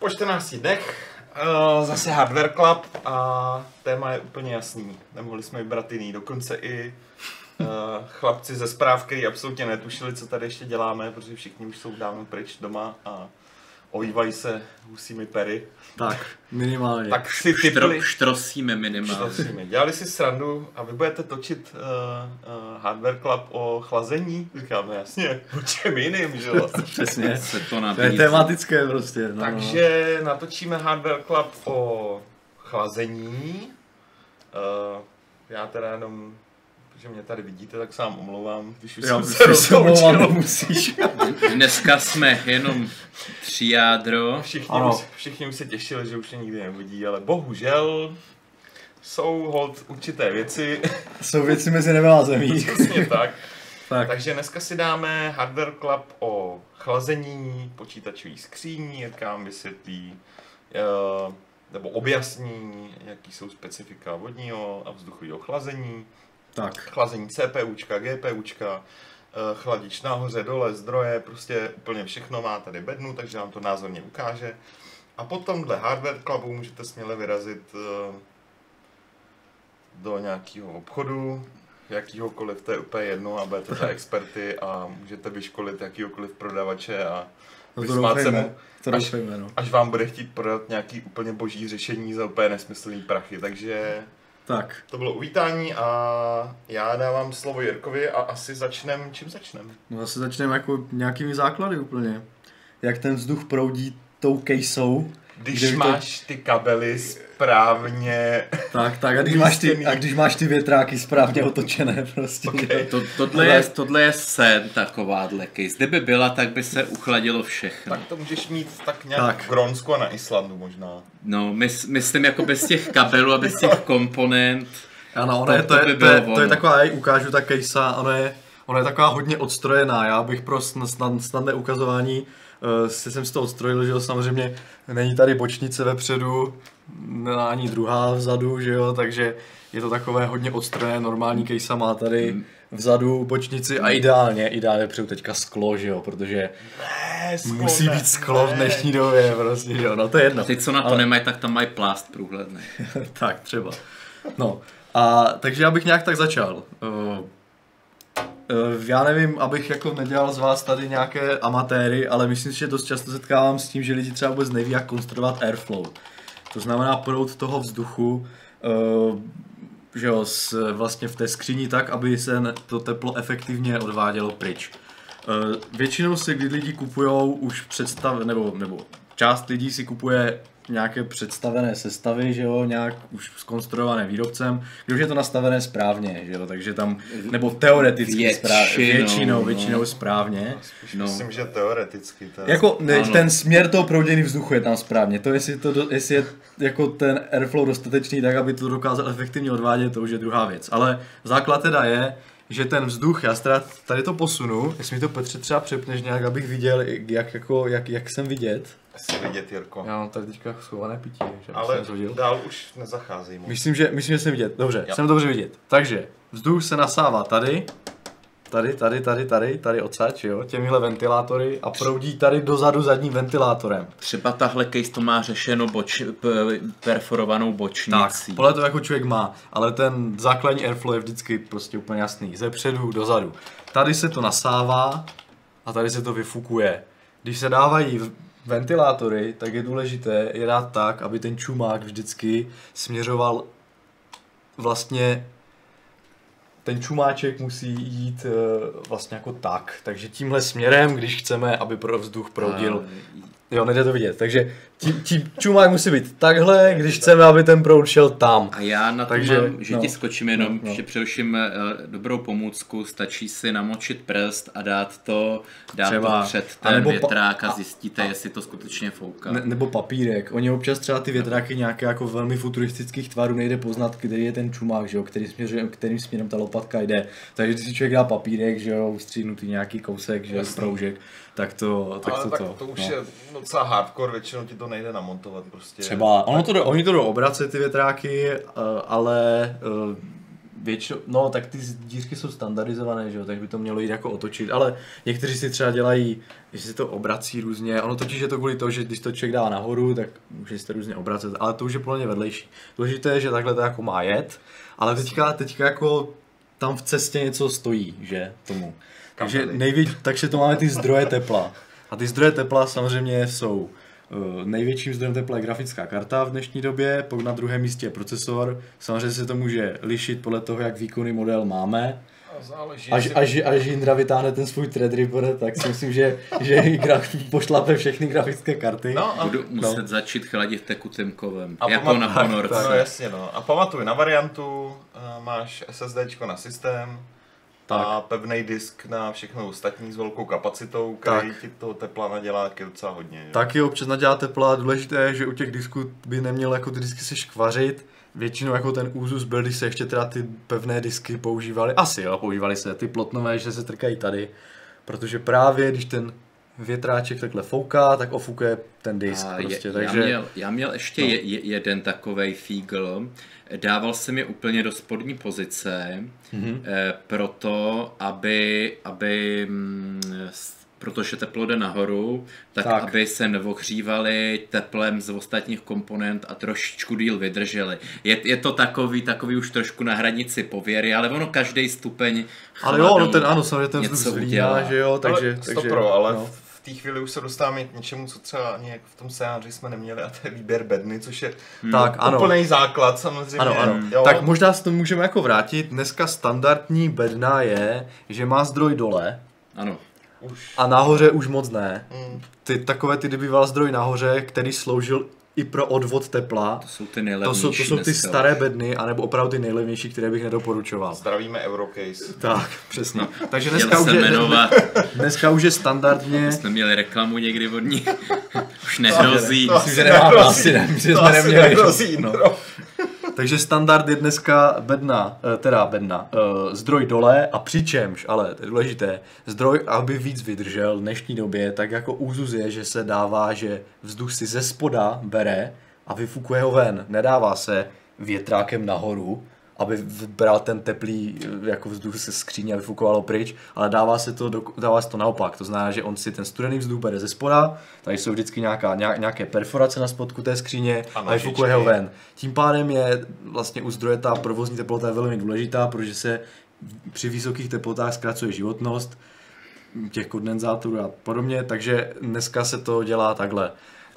Po 14 dnech zase Hardware Club a téma je úplně jasný. Nemohli jsme vybrat jiný, dokonce i chlapci ze zpráv, kteří absolutně netušili, co tady ještě děláme, protože všichni už jsou dávno pryč doma a ohývají se husími pery. Tak, minimálně. Tak si typli... Štrosíme minimálně. Štrosíme. Dělali si srandu a vy budete točit Hardware Club o chlazení? Říkáme, jasně, o čem jiným, že jo? Přesně, to je tematické prostě. No, takže natočíme Hardware Club o chlazení. Já teda jenom... Protože mě tady vidíte, tak sám omlouvám, když už jsem se rozloučil. Musíš. Dneska jsme jenom 3 jádro. Všichni už se těšili, že už je nikdy neuvidí, ale bohužel jsou hold určité věci. Jsou věci mezi nebem a zemí. Přesně tak. Takže dneska si dáme Hardware Club o chlazení počítačových skříní, Jirka vám vysvětlí, nebo objasní, jaký jsou specifika vodního a vzduchového chlazení. Tak. Chlazení CPUčka, GPUčka, chladič nahoře, dole, zdroje, prostě úplně všechno má tady bednu, takže vám to názorně ukáže. A potom dle Hardware Clubu můžete směle vyrazit do nějakého obchodu, jakýhokoliv, to je úplně jedno a budete za experty a můžete vyškolit jakýhokoliv prodavače a vysmát se mu, až vám bude chtít prodat nějaký úplně boží řešení za úplně nesmyslný prachy, takže... Tak. To bylo uvítání a já dávám slovo Jirkovi a asi čím začneme? No asi začneme jako nějakými základy úplně. Jak ten vzduch proudí tou kejsou. Když máš ty kabely správně... Tak a když máš ty větráky správně otočené prostě. Okay. Tohle je sen takováhle case. Kdyby byla, tak by se uchladilo všechno. Tak to můžeš mít tak nějak v Grónsku a na Islandu možná. No, myslím jako bez těch kabelů a bez těch komponent. Ano, to je taková, já ukážu ta case, ona je taková hodně odstrojená. Já bych pro snadné ukazování jsem si to odstrojil, že jo, samozřejmě není tady bočnice vepředu, ani druhá vzadu, že jo, takže je to takové hodně odstrojené, normální case má tady vzadu bočnici a ideálně přijdu teďka sklo, že jo, protože musí být sklo v dnešní době, prostě, že jo, no to je jedno. A ty, co na to nemají, tak tam mají plást průhledný. Tak třeba, no a takže já bych nějak tak začal. Já nevím, abych jako nedělal z vás tady nějaké amatéry, ale myslím si, že dost často setkávám s tím, že lidi třeba vůbec neví, jak konstruovat airflow. To znamená proud toho vzduchu, že jo, vlastně v té skříni tak, aby se to teplo efektivně odvádělo pryč. Většinou si lidi kupujou už nebo část lidí si kupuje nějaké představené sestavy, že jo, nějak už zkonstruované výrobcem, když je to nastavené správně, že jo, takže tam, nebo teoreticky většinou správně. No. Myslím, že teoreticky. Jako ten směr toho proudění vzduchu je tam správně, to jestli je jako ten airflow dostatečný tak, aby to dokázal efektivně odvádět, to už je druhá věc, ale základ teda je, že ten vzduch, já tady to posunu, jestli mi to Petře třeba přepneš nějak, abych viděl, jak jsem vidět. Jsi vidět, Jirko. Já mám tady teďka schované pití, takže ale dál už nezacházej. Myslím, že jsem vidět. Dobře, jsem dobře vidět. Takže vzduch se nasává tady odsaď, jo, těmihle ventilátory a proudí tady dozadu zadním ventilátorem. Třeba tahle case to má řešeno perforovanou bočnicí. Tak, podle toho jako člověk má, ale ten základní airflow je vždycky prostě úplně jasný, ze předu dozadu. Tady se to nasává a tady se to vyfukuje. Když se dávají ventilátory, tak je důležité je dát tak, aby ten čumák vždycky směřoval vlastně, ten čumáček musí jít vlastně jako tak, takže tímhle směrem, když chceme, aby vzduch proudil, jo, nejde to vidět, takže tím čumák musí být takhle, když chceme, aby ten proud šel tam. A já na to mám, že ti skočím jenom, že především dobrou pomůcku, stačí si namočit prst a dát to před ten větrák a zjistíte, jestli to skutečně fouká. Nebo papírek, oni občas třeba ty větráky nějaké jako velmi futuristických tvarů nejde poznat, který je ten čumák, že jo, kterým směrem ta lopatka jde, takže když si člověk dá papírek, že jo, ustříhnutý nějaký kousek, že jo, proužek, tak to už je docela hardcore, většinou ti to nejde namontovat prostě. Třeba, oni to jdou obracet ty větráky, ale většinou, no tak ty dířky jsou standardizované, že jo, tak by to mělo jít jako otočit, ale někteří si třeba dělají, že si to obrací různě, ono totiž je to kvůli toho, že když to člověk dá nahoru, tak může si to různě obracet, ale to už je podle mě vedlejší. Důležité je, že takhle to jako má jet, ale teďka jako tam v cestě něco stojí, že tomu. Takže to máme ty zdroje tepla. A ty zdroje tepla samozřejmě jsou největším zdrojem tepla je grafická karta v dnešní době, pak na druhém místě je procesor. Samozřejmě se to může lišit podle toho, jak výkonný model máme. Až Jindra vytáhne ten svůj Threadripper, tak si myslím, že pošlape všechny grafické karty. Budu muset začít chladit tekutým kovem, jako na ponorce. No jasně, no. A pamatuj na variantu, máš SSDčko na systém, a pevný disk na všechno ostatní s velkou kapacitou, který ti toho tepla nadělá docela hodně. Taky občas nadělá tepla, důležité je, že u těch disků by neměl jako ty disky se škvařit. Většinou jako ten úzus byl, když se ještě teda ty pevné disky používaly. Asi jo, používaly se ty plotnové, že se trkají tady. Protože právě když ten větráček takhle fouká, tak ofukuje ten disk. Prostě, takže... Já měl ještě jeden takovej fígl. Dával jsem je úplně do spodní pozice, proto protože teplo jde nahoru, tak aby se neohřívali teplem z ostatních komponent a trošičku díl vydrželi. Je to takový už trošku na hranici pověry, ale ono každý stupeň chladu. Ale jo, samozřejmě ten vzduch zlíná, že jo, takže... Ale v té chvíli už se dostáváme k něčemu, co třeba nějak v tom scénáři jsme neměli, a to je výběr bedny, což je úplný základ samozřejmě. Ano. Tak možná se to můžeme jako vrátit. Dneska standardní bedna je, že má zdroj dole. Ano. A nahoře už moc ne. Ty býval zdroj nahoře, který sloužil i pro odvod tepla. To jsou ty nejlevnější. To jsou ty staré bedny, anebo opravdu ty nejlevnější, které bych nedoporučoval. Zdravíme Eurocase. Tak, přesně. No, takže dneska už je standardně... Jsme měli reklamu někdy od nich. Už nehrozí. Myslím, že nemáme asi, myslím, že jsme neměli. Takže standard je dneska bedna, zdroj dole a přičemž, ale to je důležité, zdroj, aby víc vydržel v dnešní době, tak jako úzus je, že se dává, že vzduch si ze spoda bere a vyfukuje ho ven. Nedává se větrákem nahoru, aby vybral ten teplý jako vzduch se skříně a vyfukovalo pryč, ale dává se to naopak. To znamená, že on si ten studený vzduch bere ze spoda, tady jsou vždycky nějaké perforace na spodku té skříně a vyfukuje ho ven. Tím pádem je vlastně u zdroje ta provozní teplota je velmi důležitá, protože se při vysokých teplotách zkracuje životnost těch kondenzátorů a podobně, takže dneska se to dělá takhle.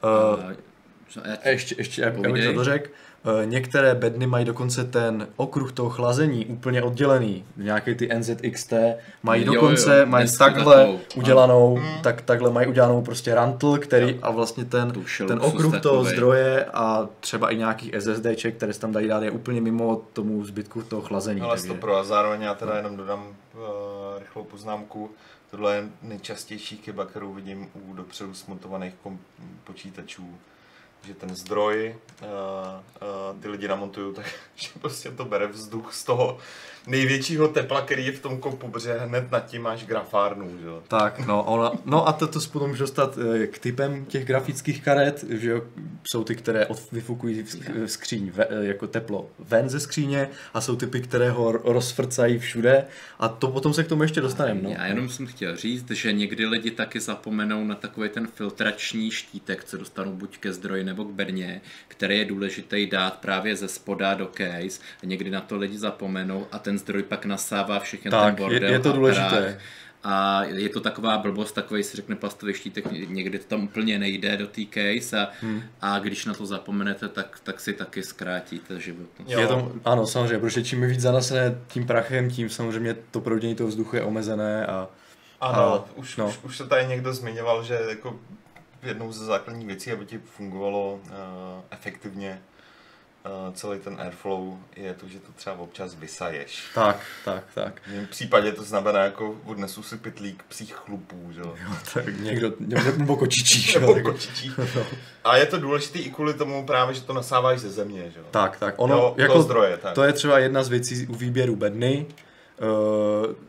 Ještě abych to řekl. Některé bedny mají dokonce ten okruh toho chlazení úplně oddělený. Nějaké ty NZXT mají dokonce mají takhle udělanou, takhle mají udělanou prostě rantl, který a vlastně ten okruh toho zdroje a třeba i nějakých SSDček, které se tam dají dát, je úplně mimo tomu zbytku toho chlazení. Ale to pro a zároveň já teda jenom dodám rychlou poznámku. Tohle je nejčastější chyba, kterou vidím u dopředu smontovaných počítačů. Že ten zdroj ty lidi namontují tak, že prostě to bere vzduch z toho největšího tepla, který je v tom kompu, protože hned nad tím máš grafárnu, že jo. Tak, no a to potom může dostat k typem těch grafických karet, že jo, jsou ty, které vyfukují skříň jako teplo ven ze skříně a jsou typy, které ho rozfrcají všude a to potom se k tomu ještě dostaneme, no. Já jenom jsem chtěl říct, že někdy lidi taky zapomenou na takový ten filtrační štítek, co dostanou buď ke zdroji nebo k bedně, který je důležitý dát právě ze spoda do case a někdy na to lidi zapomenou a ten zdroj pak nasává všechny ten bordel je to důležité. A je to taková blbost, takový si řekne plastový štítek, někdy to tam úplně nejde do té case a když na to zapomenete, tak si taky zkrátíte život. Ano, samozřejmě, protože čím je víc zanasené tím prachem, tím samozřejmě to proudění toho vzduchu je omezené už se tady někdo zmiňoval, že jako jednou ze základních věcí, aby ti fungovalo efektivně celý ten airflow, je to, že to třeba občas vysaješ. Tak. V mém případě to znamená, jako odnesu si pytlík psích chlupů, že jo. Tak někdo nebo kočičích. A je to důležité i kvůli tomu právě, že to nasáváš ze země, že jo. Tak. Ono, jako zdroje, tak. To je třeba jedna z věcí u výběru bedny.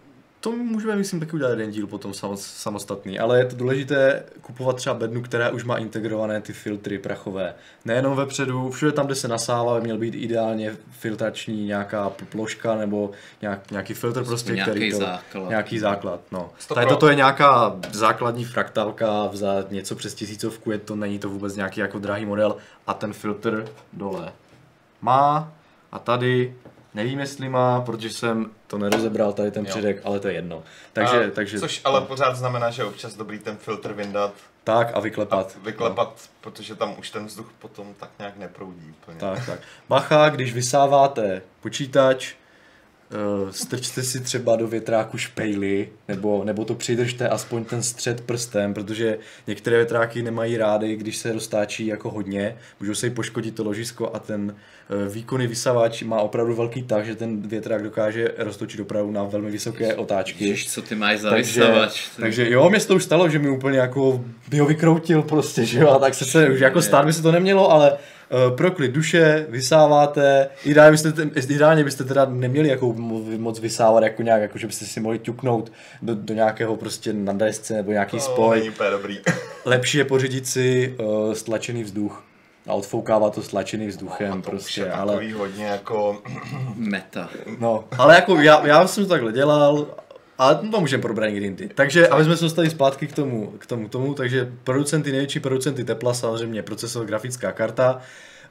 to můžeme, myslím, taky udělat jeden díl potom samostatný, ale je to důležité kupovat třeba bednu, která už má integrované ty filtry prachové. Nejenom vepředu, všude tam, kde se nasává, měl být ideálně filtrační nějaká ploška nebo nějaký filtr prostě, nějaký základ. No. Tady toto je nějaká základní fraktálka za něco přes 1000, není to vůbec nějaký jako drahý model a ten filtr dole má a tady nevím, jestli má, protože jsem to nerozebral tady ten předek, ale to je jedno. Takže což ale pořád znamená, že občas dobrý ten filtr vyndat. Tak a vyklepat. Protože tam už ten vzduch potom tak nějak neproudí úplně. Tak. Bacha, když vysáváte počítač, strčte si třeba do větráku špejly, nebo to přidržte aspoň ten střed prstem, protože některé větráky nemají rády, když se roztáčí jako hodně, můžou se jí poškodit to ložisko a ten výkonný vysávač má opravdu velký tah, že ten větrák dokáže roztočit opravdu na velmi vysoké otáčky. Ježiš, co ty máš za vysavač? Takže jo, mě se to už stalo, že mi úplně jako by ho vykroutil prostě, že jo, a tak se už jako stát by se to nemělo, ale pro klid duše vysáváte, ideálně byste teda neměli jako moc vysávat jako nějak, jako že byste si mohli ťuknout do nějakého prostě na desce nebo nějaký spoj. Není úplně dobrý. Lepší je pořídit si stlačený vzduch a odfoukávat to stlačeným vzduchem prostě, ale takový hodně jako meta. No, ale jako já jsem to takhle dělal. Ale to můžeme probrat někdy jindy. Takže, aby jsme se dostali zpátky k tomu, takže největší producenty tepla, samozřejmě procesor, grafická karta,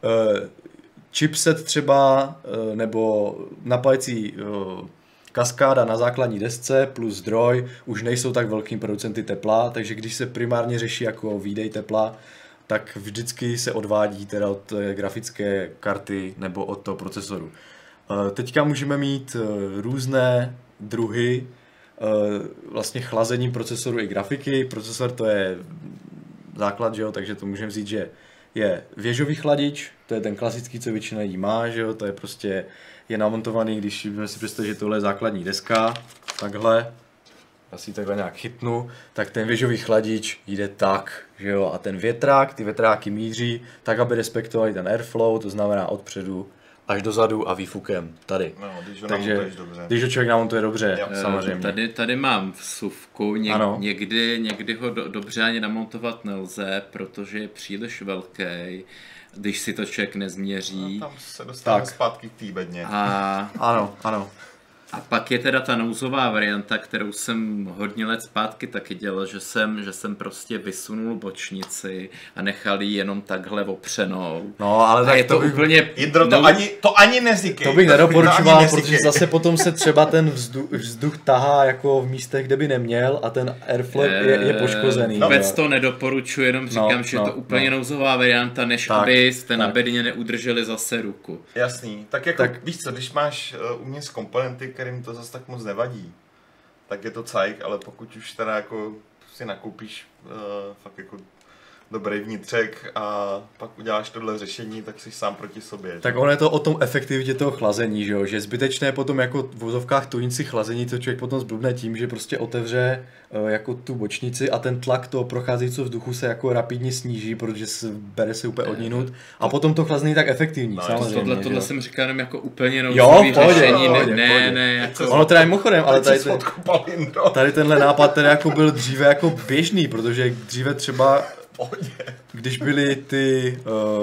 chipset třeba, nebo napájecí kaskáda na základní desce plus zdroj už nejsou tak velkým producenty tepla, takže když se primárně řeší jako výdej tepla, tak vždycky se odvádí teda od grafické karty nebo od toho procesoru. Teďka můžeme mít různé druhy vlastně chlazení procesoru i grafiky. Procesor to je základ, že jo? Takže to můžeme říct, že je věžový chladič, to je ten klasický, co většina lidí má, že jo? To je prostě je namontovaný, když si představit, že tohle je základní deska, takhle, asi takhle nějak chytnu, tak ten věžový chladič jde tak, že jo? A ten větrák, ty větráky míří tak, aby respektovali ten airflow, to znamená odpředu až dozadu a výfukem tady. No, když ho namontuješ dobře. Když ho člověk namontuje dobře, samozřejmě. Tady mám vsuvku, někdy ho dobře ani namontovat nelze, protože je příliš velký, když si to člověk nezměří. No, tam se dostane zpátky k té bedně. Ano. A pak je teda ta nouzová varianta, kterou jsem hodně let zpátky taky dělal, že jsem prostě vysunul bočnici a nechal ji jenom takhle opřenou. No, ale tak je to úplně... Jindro, to ani neříkej. To bych nedoporučoval, protože zase potom se třeba ten vzduch tahá jako v místech, kde by neměl a ten airflow je poškozený. Vůbec to nedoporučuji, jenom říkám, že je to úplně nouzová varianta, než abyste na bedně neudrželi zase ruku. Jasný, tak víš co, když máš uvnitř komponenty, kterým to zase tak moc nevadí, tak je to cajk, ale pokud už teda jako si nakoupíš fakt jako dobrý vnitřek a pak uděláš tohle řešení, tak jsi sám proti sobě. Že? Tak ono je to o tom efektivitě toho chlazení, že jo? Že je zbytečné potom jako v vozovkách tujit si chlazení, to člověk potom zblbne tím, že prostě otevře jako tu bočnici a ten tlak toho procházejícího vzduchu se jako rapidně sníží, protože bere se úplně odinut a potom to chlazení tak efektivní, samozřejmě. Tohle jsem říkal jenom jako úplně nouzový řešení, ne, jako... Ono teda je mimochodem, ale tady tenhle nápad teda jako byl dříve jako běžný, protože dříve třeba když byly ty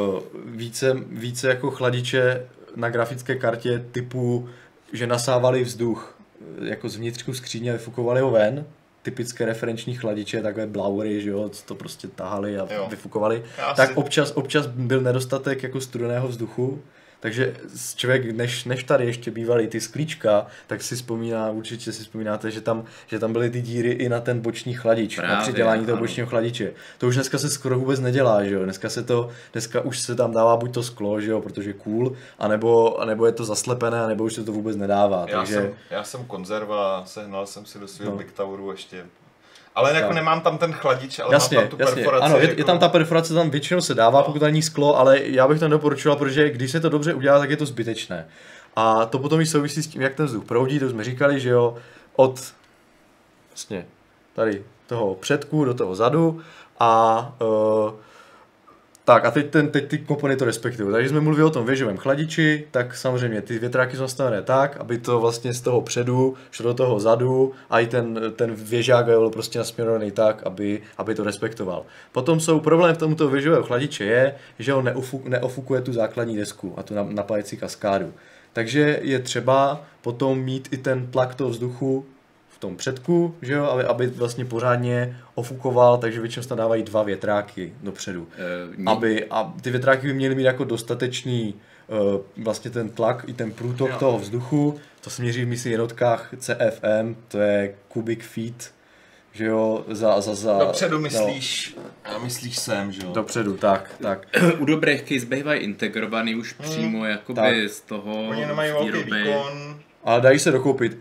více jako chladiče na grafické kartě typu, že nasávali vzduch jako z vnitřku skříně a vyfukovali ho ven, typické referenční chladiče, takové blaury, že jo, to prostě tahali a vyfukovali, tak občas byl nedostatek jako studeného vzduchu. Takže člověk, než tady ještě bývaly ty sklíčka, tak určitě si vzpomínáte, že tam byly ty díry i na ten boční chladič, na přidělání toho bočního chladiče. To už dneska se skoro vůbec nedělá, že jo? Dneska už se tam dává buď to sklo, že jo, protože cool, anebo je to zaslepené, anebo už se to vůbec nedává. Já jsem konzerva, sehnal jsem si do svého Big Toweru ještě. Ale jako nemám tam ten chladič, ale mám tam tu perforaci. Ano, je tam ta perforace, tam většinou se dává, pokud není sklo, ale já bych to nedoporučoval, protože když se to dobře udělá, tak je to zbytečné. A to potom i souvisí s tím, jak ten vzduch proudí, to jsme říkali, že jo, od vlastně tady toho předku do toho zadu a Tak a teď ty komponenty to respektují. Takže jsme mluvili o tom věžovém chladiči, tak samozřejmě ty větráky jsou nastavené tak, aby to vlastně z toho předu šlo do toho zadu a i ten věžák byl prostě nasměrovaný tak, aby to respektoval. Potom problém v tomto věžového chladiče je, že on neofukuje tu základní desku a tu napájecí kaskádu. Takže je třeba potom mít i ten tlak toho vzduchu v tom předku, že jo, aby vlastně pořádně ofukoval, takže většinou se tam dávají 2 větráky dopředu. A ty větráky by měly mít jako dostatečný vlastně ten tlak i ten průtok toho vzduchu. To se měří v myslím jednotkách CFM, to je cubic feet, že jo, za dopředu myslíš, myslíš sem, že jo? Dopředu, tak. U dobrých case bývají integrovaný už přímo jakoby z toho Oni nemají velký výkon. Ale dají se dokoupit.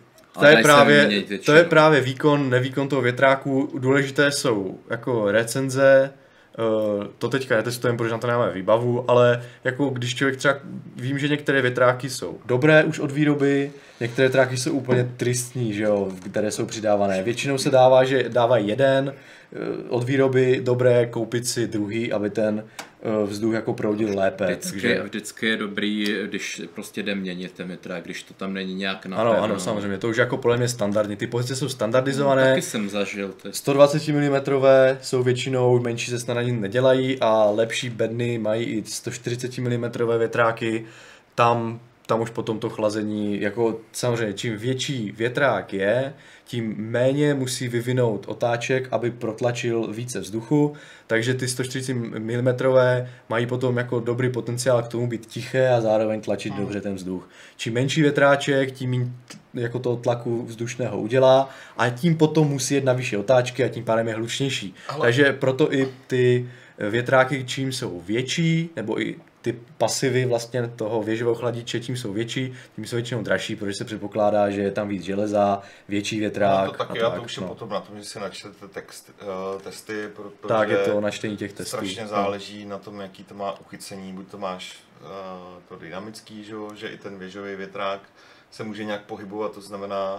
To je právě nevýkon toho větráku. Důležité jsou jako recenze, to teďka netestujeme, protože na to nemáme výbavu, ale jako když člověk třeba, vím, že některé větráky jsou dobré už od výroby, některé větráky jsou úplně tristní, že jo, které jsou přidávané. Většinou se dává, že dávají jeden od výroby, dobré, koupit si druhý, aby ten vzduch jako proudil lépe. Vždycky je dobrý, když prostě jde měnit ten větrák, když to tam není nějak napevno. Ano, samozřejmě, to už jako podle mě standardní. Ty pozice jsou standardizované. Taky jsem zažil. 120 mm jsou většinou, menší se snad ani nedělají a lepší bedny mají i 140 mm větráky. Tam už potom to chlazení, jako samozřejmě čím větší větrák je, tím méně musí vyvinout otáček, aby protlačil více vzduchu, takže ty 140 mm mají potom jako dobrý potenciál k tomu být tiché a zároveň tlačit dobře ten vzduch. Čím menší větráček, tím méně jako toho tlaku vzdušného udělá a tím potom musí jet na vyšší otáčky a tím pádem je hlučnější. Takže proto i ty větráky, čím jsou větší, nebo i ty pasivy vlastně toho věžového chladiče, čím jsou větší, tím jsou většinou dražší, protože se předpokládá, že je tam víc železa, větší větrák. No to taky, a to už je potom na tom, že si načtete testy, protože tak je to načtení těch testů. Strašně záleží na tom, jaký to má uchycení, buď to máš to dynamický, že i ten věžový větrák se může nějak pohybovat, to znamená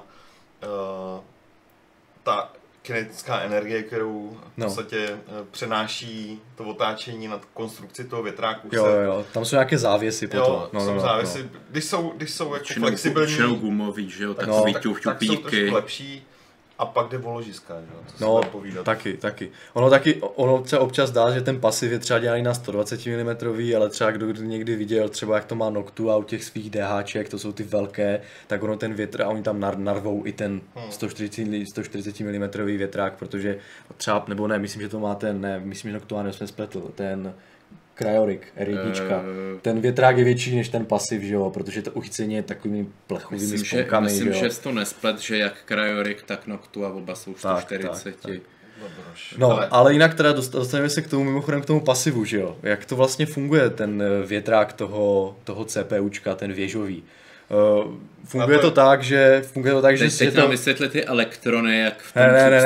ta kinetická energie, kterou v podstatě přenáší to otáčení nad konstrukci toho větráku. Jo, tam jsou nějaké závěsy potom. Jsou závěsy. Když jsou jako flexibilní, většinou gumový, že jo, tak tak jsou trošku lepší. A pak jde o ložiska, taky. Ono se občas dá, že ten pasiv je třeba dělaný na 120 mm, ale třeba kdo někdy viděl, třeba jak to má Noctua u těch svých DHček, to jsou ty velké, tak ono ten větr a oni tam narvou i ten 140 mm větrák, protože třeba, nebo ne, myslím, že to má myslím, že Noctua jsme spletl, ten Cryorik R1. Ten větrák je větší než ten pasiv, že jo, protože to uchycení je takovými plechovými sponkami. Myslím, že jsi to nesplet, že jak Cryorik, tak Noctua oba jsou 140. Tak. No, ale jinak teda dostaneme se k tomu mimochodem k tomu pasivu, že jo. Jak to vlastně funguje ten větrák toho CPUčka, ten věžový. Funguje to tak, že teď nám vysvětli ty elektrony, jak v tom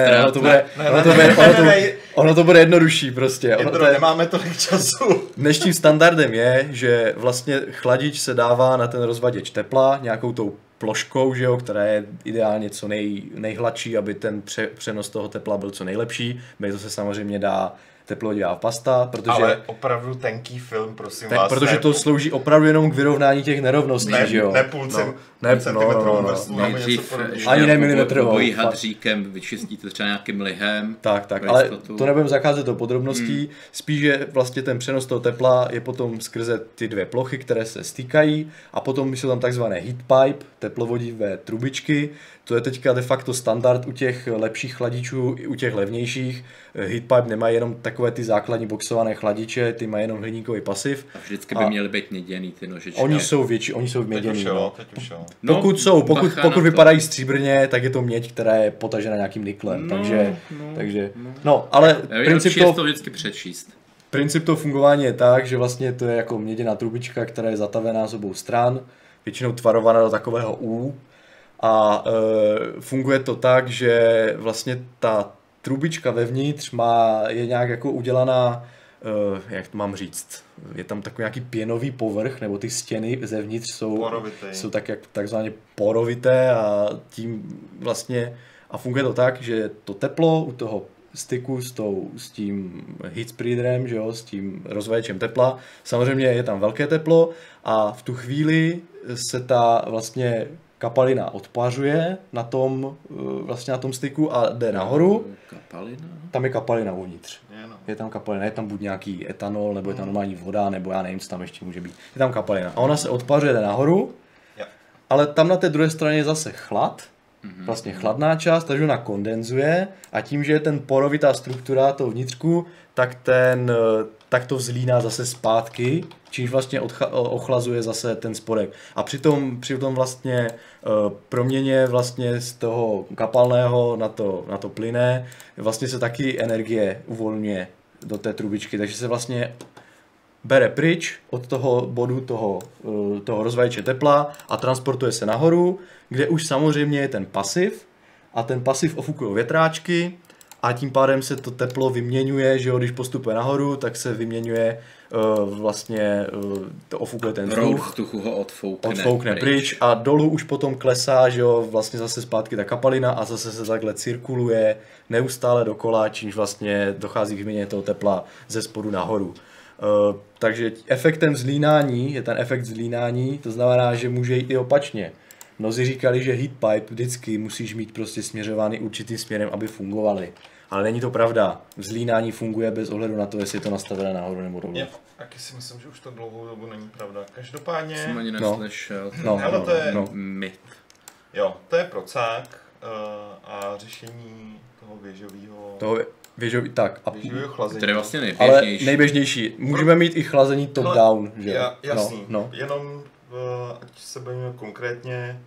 ono to bude jednodušší prostě. Nemáme tolik času. Dnešním standardem je, že vlastně chladič se dává na ten rozvaděč tepla nějakou tou ploškou, že jo, která je ideálně co nejhladší, aby ten přenos toho tepla byl co nejlepší. To se samozřejmě dá teplovodivá pasta, protože... Ale opravdu tenký film, prosím vás. Protože to slouží opravdu jenom k vyrovnání těch nerovností, že jo? Ne půl centimetrovou vrstvu, ani ne milimetrovou. Obojí hadříkem vyčistíte třeba nějakým lihem. Tak, ale to nebudeme zacházet do podrobností. Spíš, že vlastně ten přenos toho tepla je potom skrze ty dvě plochy, které se stýkají a potom jsou tam takzvané heat pipe, teplovodivé trubičky. To je teďka de facto standard u těch lepších chladičů i u těch levnějších. Heatpipe nemají jenom takové ty základní boxované chladiče, ty mají jenom hliníkový pasiv. A vždycky by měly být měděný ty nožičky. Oni jsou větší, oni jsou měděný. Teď Pokud vypadají stříbrně, tak je to měď, která je potažena nějakým niklem. Ale princip to vždycky přečíst. Princip toho fungování je tak, že vlastně to je jako měděná trubička, která je zatavená z obou stran, většinou tvarovaná do takového U. A funguje to tak, že vlastně ta trubička vevnitř je nějak jako udělaná, jak to mám říct, je tam takový nějaký pěnový povrch, nebo ty stěny zevnitř jsou takzvaně porovité a tím vlastně, a funguje to tak, že to teplo u toho styku s tím heat spreaderem, že jo, s tím rozvaděčem tepla. Samozřejmě je tam velké teplo a v tu chvíli se ta vlastně kapalina odpařuje na tom styku a jde nahoru. Kapalina? Tam je kapalina uvnitř. No. Je tam kapalina, je tam buď nějaký etanol, nebo je tam normální voda, nebo já nevím, co tam ještě může být. Je tam kapalina. A ona se odpařuje, jde nahoru, ale tam na té druhé straně je zase chlad, vlastně chladná část, takže ona kondenzuje a tím, že je ten porovitá struktura toho vnitřku, tak to vzlíná zase zpátky, čímž vlastně ochlazuje zase ten spodek. A při tom vlastně proměně vlastně z toho kapalného na to plynné, vlastně se taky energie uvolňuje do té trubičky, takže se vlastně bere pryč od toho bodu toho rozvaděče tepla a transportuje se nahoru, kde už samozřejmě je ten pasiv a ten pasiv ofukují větráčky a tím pádem se to teplo vyměňuje, že jo, když postupuje nahoru, tak se vyměňuje to ofukuje ten vzduch. Vzduchu ho odfoukne pryč a dolů už potom klesá, že jo, vlastně zase zpátky ta kapalina a zase se takhle cirkuluje neustále dokola, čímž vlastně dochází k vyměně toho tepla ze spodu nahoru. Takže efektem zlínání je ten efekt zlínání, to znamená, že může jít i opačně. Mnozí říkali, že heat pipe vždycky musíš mít prostě směřovaný určitým směrem, aby fungovaly. Ale není to pravda. Zlínání funguje bez ohledu na to, jestli je to nastavené nahoru nebo dolů. Taky si myslím, že už to dlouhou dobu není pravda. Každopádně... Jsem ani neslyšel. To je myt. Jo, to je procák a řešení toho věžového... Věžového chlazení. To je vlastně nejběžnější. Ale nejběžnější. Můžeme mít i chlazení top-down, že jo? Jasný. Jenom ať se bavíme konkrétně,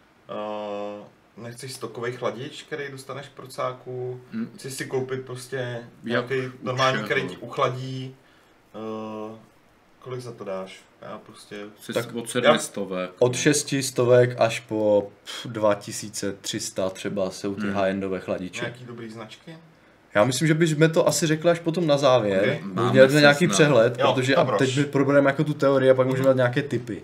nechceš stokový chladič, který dostaneš v procáku, chceš si koupit prostě nějaký normální, který ti uchladí, kolik za to dáš? Já prostě... Tak od 700. Od 600 až po 2300 třeba jsou ty high-endové chladiče. Nějaký dobrý značky? Já myslím, že bychom to asi řekli až potom na závěr. Udělat nějaký přehled, protože teď my probereme jako tu teorii a pak můžeme dát nějaké tipy.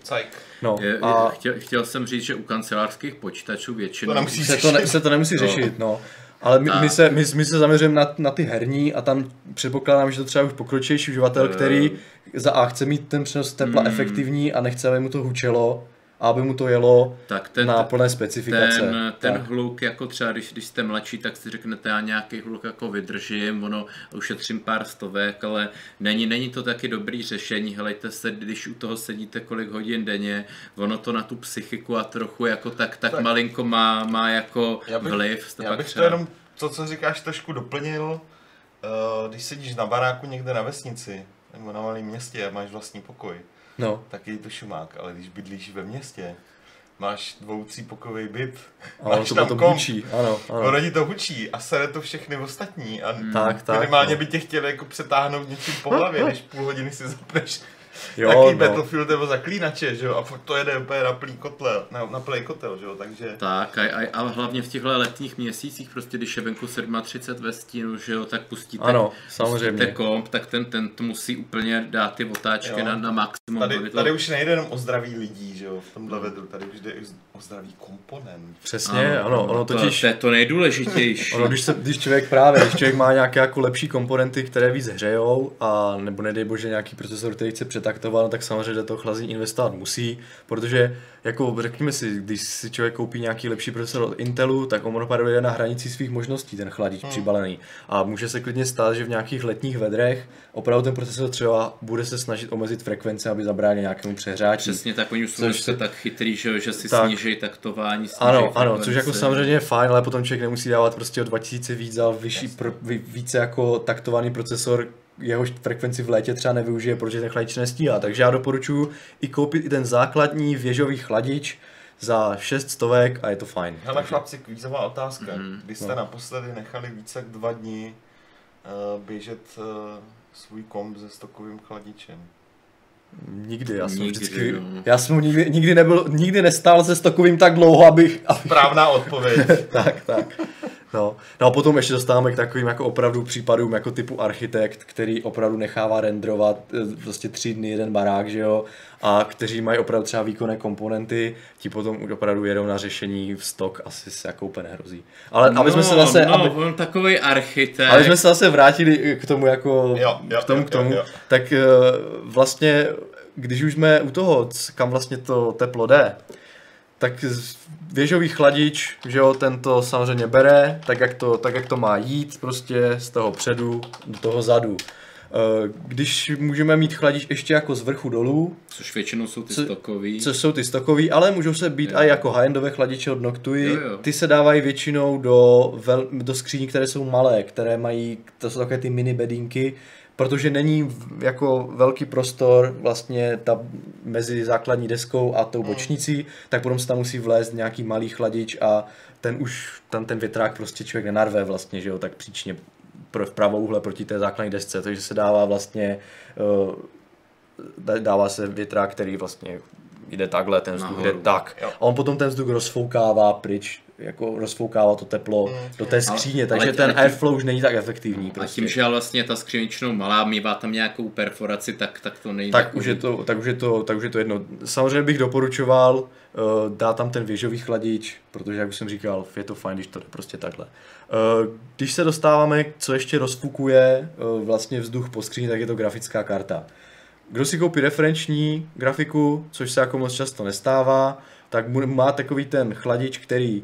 Chtěl jsem říct, že u kancelářských počítačů většinou se to nemusí řešit, no. Ale my se zaměřujeme na ty herní a tam předpokládám, že to třeba už pokročilejší uživatel, který za A chce mít ten přenos tepla efektivní a nechce, aby mu to hučelo, aby mu to jelo na plné specifikace. Ten hluk, jako třeba když jste mladší, tak si řeknete, já nějaký hluk jako vydržím, ušetřím pár stovek, ale není to taky dobrý řešení. Helejte se, když u toho sedíte kolik hodin denně, ono to na tu psychiku a trochu jako tak malinko má jako vliv. Já bych to jenom, co říkáš, trošku doplnil, když sedíš na baráku někde na vesnici, nebo na malém městě a máš vlastní pokoj. Tak je to šumák, ale když bydlíš ve městě, máš 2-3pokojový byt, máš tam komp, ono ti to hučí a sere to všechny ostatní a minimálně by tě chtěli jako přetáhnout něčím po hlavě, než půl hodiny si zapneš takový Battlefield nebo zaklínače, že jo, a fakt to jede úplně na plný kotel, že jo, takže... Tak a hlavně v těchto letních měsících, prostě když je venku 37 ve stínu, že jo, tak pustíte komp, tak ten to musí úplně dát ty otáčky na maximum. Tady už nejde jenom o zdraví lidí, že jo, v tomhle vedru, tady už jde o zdraví komponent. Přesně, ono totiž... To je to nejdůležitější. Ono, když člověk má nějaké jako lepší komponenty, které víc hřejou, a nebo nedej bože nějaký procesor, který chce přetaktovat, tak samozřejmě do toho chlazení investovat musí, protože jako řekněme si, když si člověk koupí nějaký lepší procesor od Intelu, tak on opravdu je na hranici svých možností ten chladič přibalený. A může se klidně stát, že v nějakých letních vedrech opravdu ten procesor třeba bude se snažit omezit frekvence, aby zabránil nějakému přehřátí. Přesně tak, oni jsou tak chytrý, že si sníží taktování, ano, což jako samozřejmě je fajn, ale potom člověk nemusí dávat prostě o 2000 víc za více jako taktovaný procesor, jehož frekvenci v létě třeba nevyužije, protože ten chladič nestíhá. Takže já doporučuji i koupit i ten základní věžový chladič za 600 a je to fajn. Hele chlapci, kvízová otázka. Když jste naposledy nechali více jak 2 dny běžet svůj komp se stokovým chladičem? Nikdy, já jsem nikdy nestál se stokovým tak dlouho, abych... Správná odpověď. tak. No a potom ještě dostáváme k takovým jako opravdu případům jako typu architekt, který opravdu nechává renderovat prostě 3 dny jeden barák, že jo, a kteří mají opravdu třeba výkonné komponenty, ti potom opravdu jedou na řešení v stok, asi se jako úplně nehrozí. Ale aby jsme se zase... on takovej architekt. Ale jsme se zase vrátili k tomu jako... K tomu, tak vlastně, když už jsme u toho, kam vlastně to teplo jde, tak věžový chladič, že jo, ten to samozřejmě bere, tak jak to má jít prostě z toho předu do toho zadu. Když můžeme mít chladič ještě jako z vrchu dolů, což většinou jsou ty stokový. Což jsou ty stokový, ale můžou se být i jako high-endové chladiče od Noctui. Ty se dávají většinou do skříní, které jsou malé, které mají, to jsou takové ty mini bedínky, protože není jako velký prostor vlastně mezi základní deskou a tou bočnicí, tak potom se tam musí vlézt nějaký malý chladič a ten větrák prostě člověk nenarve vlastně, že jo, tak příčně v pravouhle proti té základní desce, takže se dává vlastně, dává se větrák, který vlastně jde takhle, ten vzduch jde tak. A on potom ten vzduch rozfoukává pryč, jako rozfoukává to teplo do té skříně, takže ten airflow už není tak efektivní. Prostě. A tím, že vlastně ta skříň většinou malá, mívá tam nějakou perforaci, tak to nejde. Tak už je to jedno. Samozřejmě bych doporučoval dát tam ten věžový chladič, protože jak už jsem říkal, je to fajn, když to jde prostě takhle. Když se dostáváme, co ještě rozfukuje vlastně vzduch po skříni, tak je to grafická karta. Kdo si koupí referenční grafiku, což se jako moc často nestává, tak má takový ten chladič, který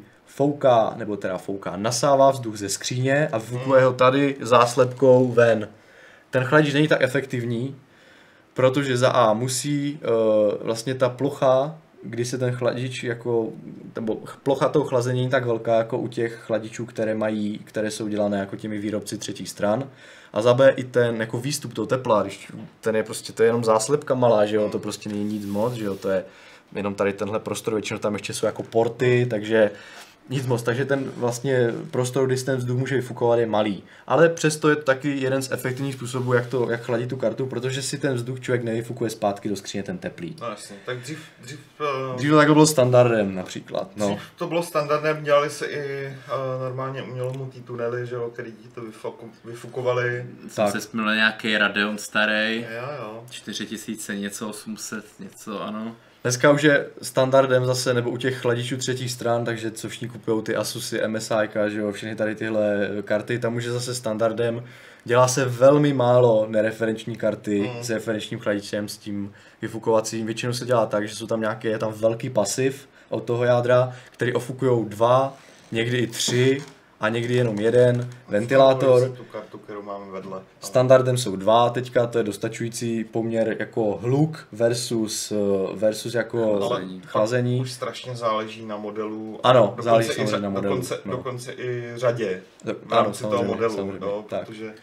nasává vzduch ze skříně a vyfukuje ho tady záslepkou ven. Ten chladič není tak efektivní, protože za A musí vlastně ta plocha, kdy se ten chladič nebo plocha toho chlazení není tak velká jako u těch chladičů, které jsou dělané jako těmi výrobci třetích stran. A za B i ten jako výstup toho tepla, když ten je prostě, to je jenom záslepka malá, že jo, to prostě není nic moc, že jo, to je jenom tady tenhle prostor, většinou tam ještě jsou jako porty, takže nic moc, takže ten vlastně prostor, kdy ten vzduch může vyfukovat, je malý. Ale přesto je to taky jeden z efektivních způsobů, jak chladit tu kartu, protože si ten vzduch člověk nevyfukuje zpátky do skříně ten teplý. No jasně, tak dřív to takhle bylo standardem například. No. Dřív to bylo standardem, dělali se i normálně umělomutý tunely, že jo, který to vyfukovali. Jsem se vzpomněl nějaký Radeon starý, jo. 4000, něco 800, něco ano. Dneska už je standardem zase, nebo u těch chladičů třetích stran, takže co všichni kupují ty Asusy, MSI, že jo, všechny tady tyhle karty, tam už je zase standardem. Dělá se velmi málo nereferenční karty s referenčním chladičem, s tím vyfukovacím. Většinou se dělá tak, že jsou tam je tam velký pasiv od toho jádra, který ofukujou 2, někdy i 3 a někdy jenom jeden ventilátor. Tu kartu, kterou máme vedle. Standardem jsou 2 teďka, to je dostačující poměr jako hluk versus jako chlazení. Už strašně záleží na modelu. Ano, záleží samozřejmě na modelu. Dokonce i řadě v rámci toho modelu, no, protože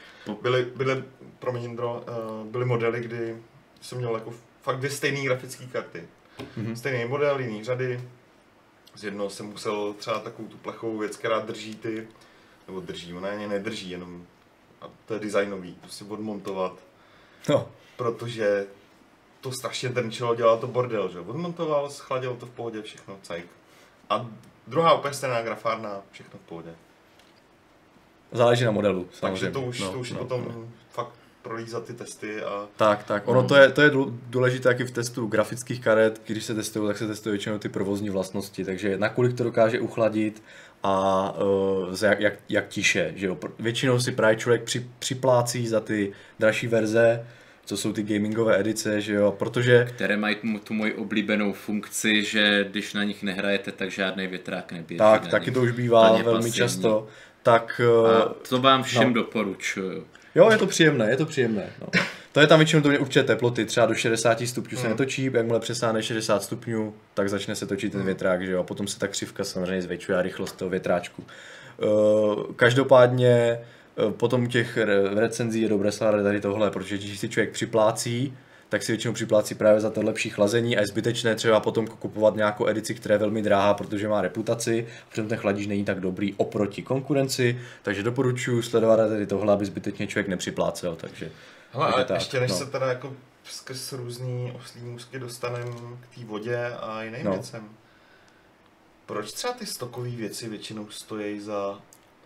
byly modely, kdy jsem měl jako fakt 2 stejné grafické karty. Stejný model, jiný řady. Z jednoho jsem musel třeba takovou tu plechovou věc, která drží ona ani nedrží, jenom a to je designový, prostě odmontovat. No. Protože to strašně trnčilo, dělal to bordel, že? Odmontoval, schladil to v pohodě, všechno, cajk. A druhá úplně stejná grafárna, všechno v pohodě. Záleží na modelu, samozřejmě. Takže to už potom fakt prolízat ty testy a... Tak. Ono to je důležité taky v testu grafických karet, když se testují, tak se testují většinou ty provozní vlastnosti, takže nakolik to dokáže uchladit a jak tiše, že jo. Většinou si právě člověk připlácí za ty dražší verze, co jsou ty gamingové edice, že jo, protože... Které mají tu moji oblíbenou funkci, že když na nich nehrajete, tak žádný větrák neběží. Tak, taky to už bývá velmi často. Tak, a to vám všem doporučuju. Jo, je to příjemné. No. To je tam většinou to určité teploty, třeba do 60 stupňů se netočí, jakmile přesáhne 60 stupňů, tak začne se točit ten větrák, že jo, a potom se ta křivka samozřejmě zvětšuje a rychlost toho větráčku. Každopádně potom těch recenzí je dobré sledovat tady tohle, protože když si člověk připlácí, tak si většinou připlácí právě za to lepší chlazení a je zbytečné třeba potom kupovat nějakou edici, která je velmi drahá, protože má reputaci, protože ten chladič není tak dobrý oproti konkurenci, takže doporučuji sledovat tady tohle, aby zbytečně člověk nepřiplácel, takže... Hele, a ještě než se teda jako skrz různý oslí můstky dostaneme k té vodě a jiným věcem. Proč třeba ty stokové věci většinou stojí za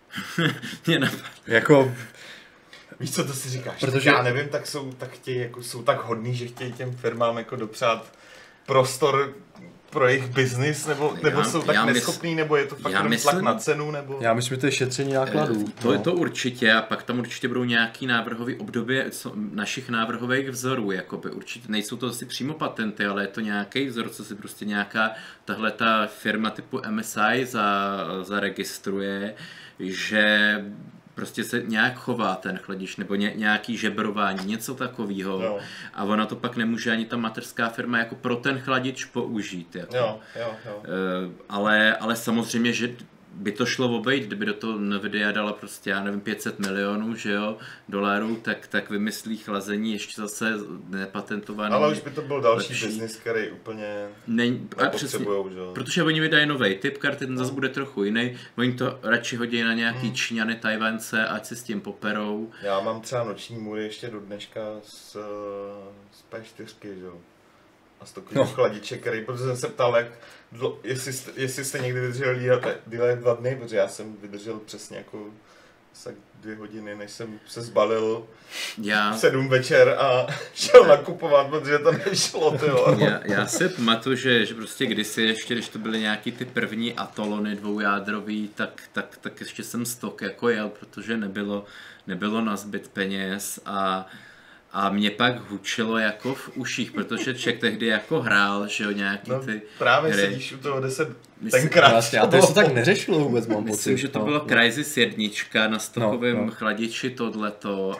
Mě napadlo. Jako, Víš, co to si říkáš? Protože- Já nevím, jsou tak hodný, že chtějí těm firmám jako dopřát prostor pro jejich biznis, nebo jsou tak neschopný, nebo je to fakt jenom tlak na cenu, nebo... já myslím, že to je šetření nákladů. To určitě, a pak tam určitě budou nějaký návrhový období našich návrhových vzorů, jakoby určitě, nejsou to asi přímo patenty, ale je to nějaký vzor, co si prostě nějaká tahle ta firma typu MSI zaregistruje, že prostě se nějak chová ten chladič, nebo nějaký žebrování, něco takového. Jo. A ona to pak nemůže ani ta mateřská firma jako pro ten chladič použít. Jako. Jo. Ale samozřejmě, že by to šlo obejít, kdyby do toho Nvidia dala prostě, já nevím, 500 milionů, že jo, dolarů, tak vymyslí chlazení ještě zase nepatentovaný. Ale už by to byl další biznis, který úplně nepotřebujou, že jo. Protože oni vydají nový typ karty, ten zase bude trochu jiný. Oni to radši hodí na nějaký Číňany, Tajvance, ať si s tím poperou. Já mám třeba noční můry ještě do dneška z P4, že jo. A z takového chladiče, protože jsem se ptal, jestli jste někdy vydržel dílet 2 dny, protože já jsem vydržel přesně jako tak 2 hodiny, než jsem se zbalil v 7 večer a šel nakupovat, protože to nešlo, tyjo. Já si pamatuju, že prostě kdysi ještě, když to byly nějaký ty první atolony dvoujádrový, tak ještě jsem stok jako jel, protože nebylo na zbyt peněz a mě pak hučilo jako v uších, protože člověk tehdy jako hrál, že jo, nějaký ty právě hry. Sedíš u toho 10 tenkrát. Vlastně, a to se tak neřešilo vůbec, mám pocit. Myslím, že to bylo Crysis 1 na stokovém chladiči tohleto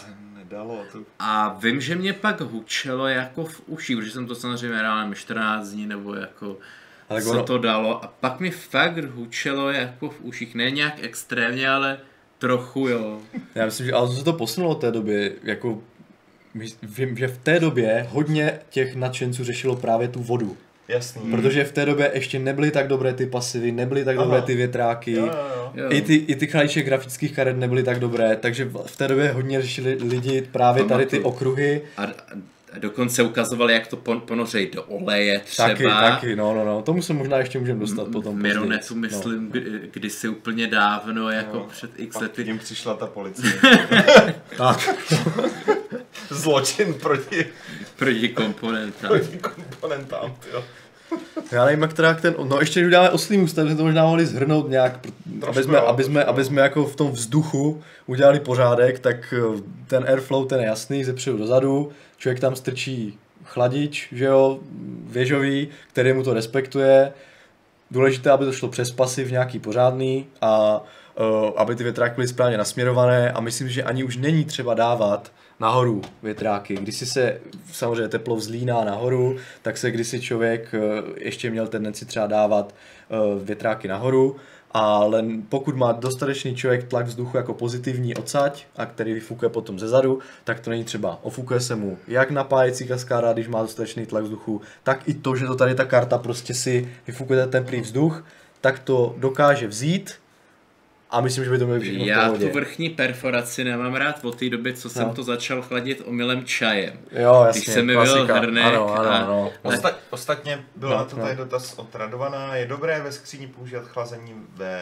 a vím, že mě pak hučelo jako v uších, protože jsem to samozřejmě hrál 14 dní nebo jako to dalo a pak mi fakt hučelo jako v uších, ne nějak extrémně, ale trochu jo. Já myslím, že ale se to posunulo od té doby, jako vím, že v té době hodně těch nadšenců řešilo právě tu vodu. Jasný. Protože v té době ještě nebyly tak dobré ty pasivy, nebyly tak dobré ty větráky, jo. I ty kladiče grafických karet nebyly tak dobré, takže v té době hodně řešili lidi právě tady ty okruhy. A dokonce ukazovali, jak to ponořejí do oleje třeba. Taky, no. Tomu se možná ještě můžeme dostat potom. Mironetu, myslím, kdysi úplně dávno, jako před x lety. Pak tím přišla ta policie. Tak. Zločin proti komponentám, jo. Já nevím, jak teda ještě uděláme oslý můstek, jsme to možná mohli zhrnout nějak, aby jsme jako v tom vzduchu udělali pořádek, tak ten airflow, ten je jasný, zepředu dozadu, člověk tam strčí chladič, že jo, věžový, který mu to respektuje, důležité, aby to šlo přes pasiv nějaký pořádný a aby ty větráky byly správně nasměrované a myslím, že ani už není třeba dávat nahoru větráky. Když si se samozřejmě teplo vzlíná nahoru, tak se kdysi člověk ještě měl tendenci třeba dávat větráky nahoru, ale pokud má dostatečný člověk tlak vzduchu jako pozitivní odsaď, a který vyfukuje potom zezadu, tak to není třeba. Ofukuje se mu jak napájecí kaskáda, když má dostatečný tlak vzduchu, tak i to, že to tady ta karta prostě si vyfukuje teplý vzduch, tak to dokáže vzít. A myslím, že by to bylo všechno v pohodě. Já tu vrchní perforaci nemám rád od té doby, co jsem to začal chladit omylem čajem. Jo, jasně, když se mi vylil hrnek. Ano. Ostatně byl na to tady dotaz od Radovaná. Je dobré ve skříni používat chlazení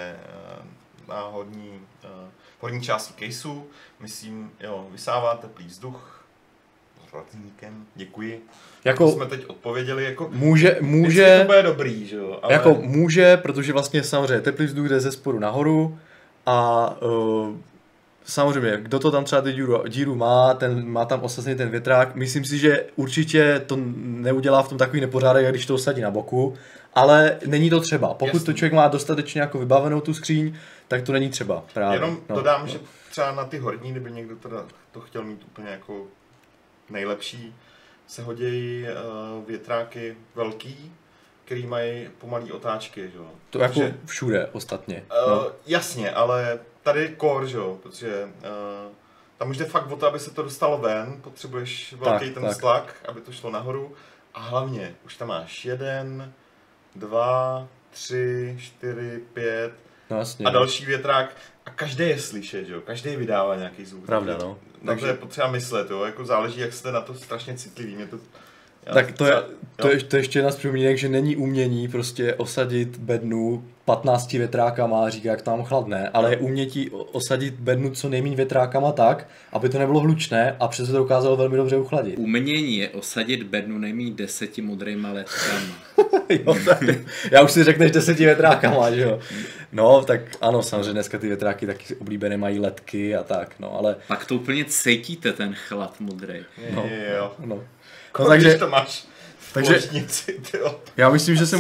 na horní části caseu. Myslím, jo, vysává teplý vzduch s hladníkem. Děkuji. Jako jsme teď odpověděli, jako může to bude dobrý, že jo? Ale... Jako může, protože vlastně samozřejmě teplý vzduch jde ze spodu nahoru a samozřejmě, kdo to tam třeba díru má, ten má tam osazený ten větrák, myslím si, že určitě to neudělá v tom takový nepořádek, jak když to osadí na boku, ale není to třeba. Pokud to člověk má dostatečně jako vybavenou tu skříň, tak to není třeba právě. Jenom dodám, že třeba na ty horní, kdyby někdo teda to chtěl mít úplně jako nejlepší, se hodí větráky velký, který mají pomalý otáčky, že jo. To jako všude ostatně. Jasně, ale tady core, že jo, protože tam už jde fakt o to, aby se to dostalo ven, potřebuješ velký ten tlak, aby to šlo nahoru a hlavně už tam máš 1, 2, 3, 4, 5 a další větrák a každý je slyšet, že jo, každý vydává nějaký zvuk. Pravda, no. Takže je potřeba myslet, jo, jako záleží, jak jste na to strašně citlivý. Mě to Tak to ještě jedna z připomínek, že není umění prostě osadit bednu 15 větrákama a říká, jak tam chladne, ale je umětí osadit bednu co nejméně větrákama tak, aby to nebylo hlučné a přesto to dokázalo velmi dobře uchladit. Umění je osadit bednu nejméně 10 modrýma letkama. Jo, tak, já už si řekneš 10 větrákama, že jo. No, tak ano, samozřejmě dneska ty větráky taky oblíbené mají ledky a tak, no, ale... Pak to úplně cítíte, ten chlad modrý. No. No. No, takže to máš takže ložnici, já myslím, že se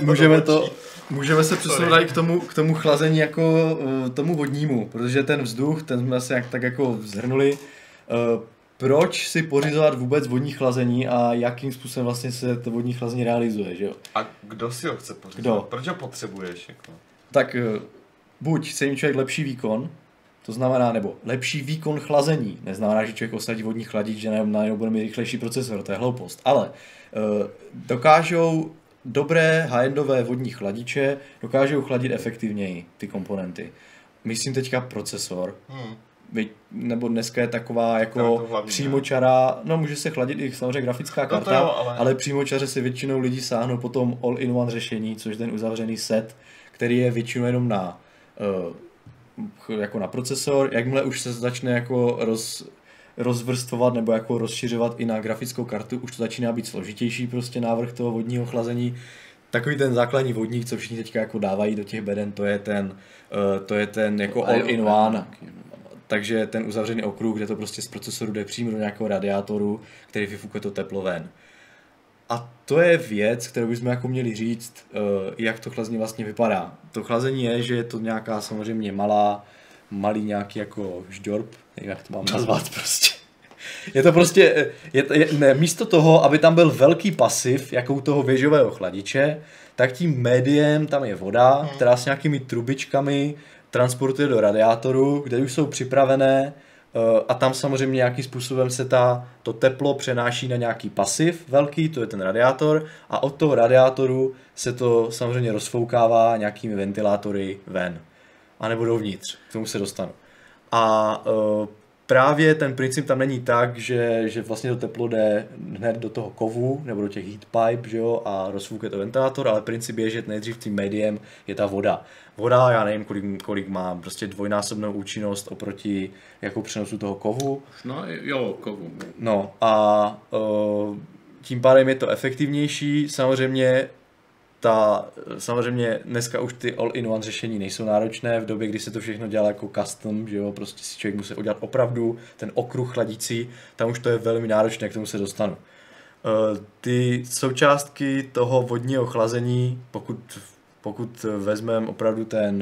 můžeme se přesunout tady k tomu chlazení jako tomu vodnímu, protože ten vzduch, ten jsme se tak jako zhrnuli. Proč si pořizovat vůbec vodní chlazení a jakým způsobem vlastně se to vodní chlazení realizuje, že jo? A kdo si ho chce pořizovat? Proč ho potřebuješ? Jako? Tak buď chce jim člověk lepší výkon, to znamená, nebo lepší výkon chlazení, neznamená, že člověk osadí vodní chladič, že najednou bude mít rychlejší procesor, to je hloupost, ale dokážou dobré high-endové vodní chladiče, dokážou chladit efektivněji ty komponenty. Myslím teďka procesor, nebo dneska je taková jako přímočará, no může se chladit i samozřejmě grafická karta, jo, ale přímočaře si většinou lidi sáhnou potom all-in-one řešení, což je ten uzavřený set, který je většinou jenom na jako na procesor, jakmile už se začne jako rozvrstvovat nebo jako rozšiřovat i na grafickou kartu, už to začíná být složitější prostě návrh toho vodního chlazení. Takový ten základní vodník, co všichni teďka jako dávají do těch beden, to je ten jako all-in-one. Takže ten uzavřený okruh, kde to prostě z procesoru jde přímo do nějakého radiátoru, který vyfukuje to teplo ven. A to je věc, kterou bychom jako měli říct, jak to chlazení vlastně vypadá. To chlazení je, že je to nějaká samozřejmě malý nějaký jako žďorb, nevím, jak to mám nazvat prostě. Je to prostě, místo toho, aby tam byl velký pasiv, jako u toho věžového chladiče, tak tím médiem tam je voda, která s nějakými trubičkami transportuje do radiátoru, kde už jsou připravené a tam samozřejmě nějakým způsobem se to teplo přenáší na nějaký pasiv velký, to je ten radiátor, a od toho radiátoru se to samozřejmě rozfoukává nějakými ventilátory ven. A nebo dovnitř, k tomu se dostanu. A právě ten princip tam není tak, že vlastně to teplo jde hned do toho kovu nebo do těch heat pipe, že jo, a rozfouká to ventilátor, ale princip je, že nejdřív tím médiem je ta voda. Voda, já nevím, kolik má prostě dvojnásobnou účinnost oproti jako přenosu toho kovu. No jo, kovu. No a tím pádem je to efektivnější, samozřejmě dneska už ty all-in-one řešení nejsou náročné, v době, kdy se to všechno dělá jako custom, že jo, prostě si člověk musí udělat opravdu ten okruh chladící, tam už to je velmi náročné, k tomu se dostanu. Ty součástky toho vodního chlazení, pokud vezmeme opravdu ten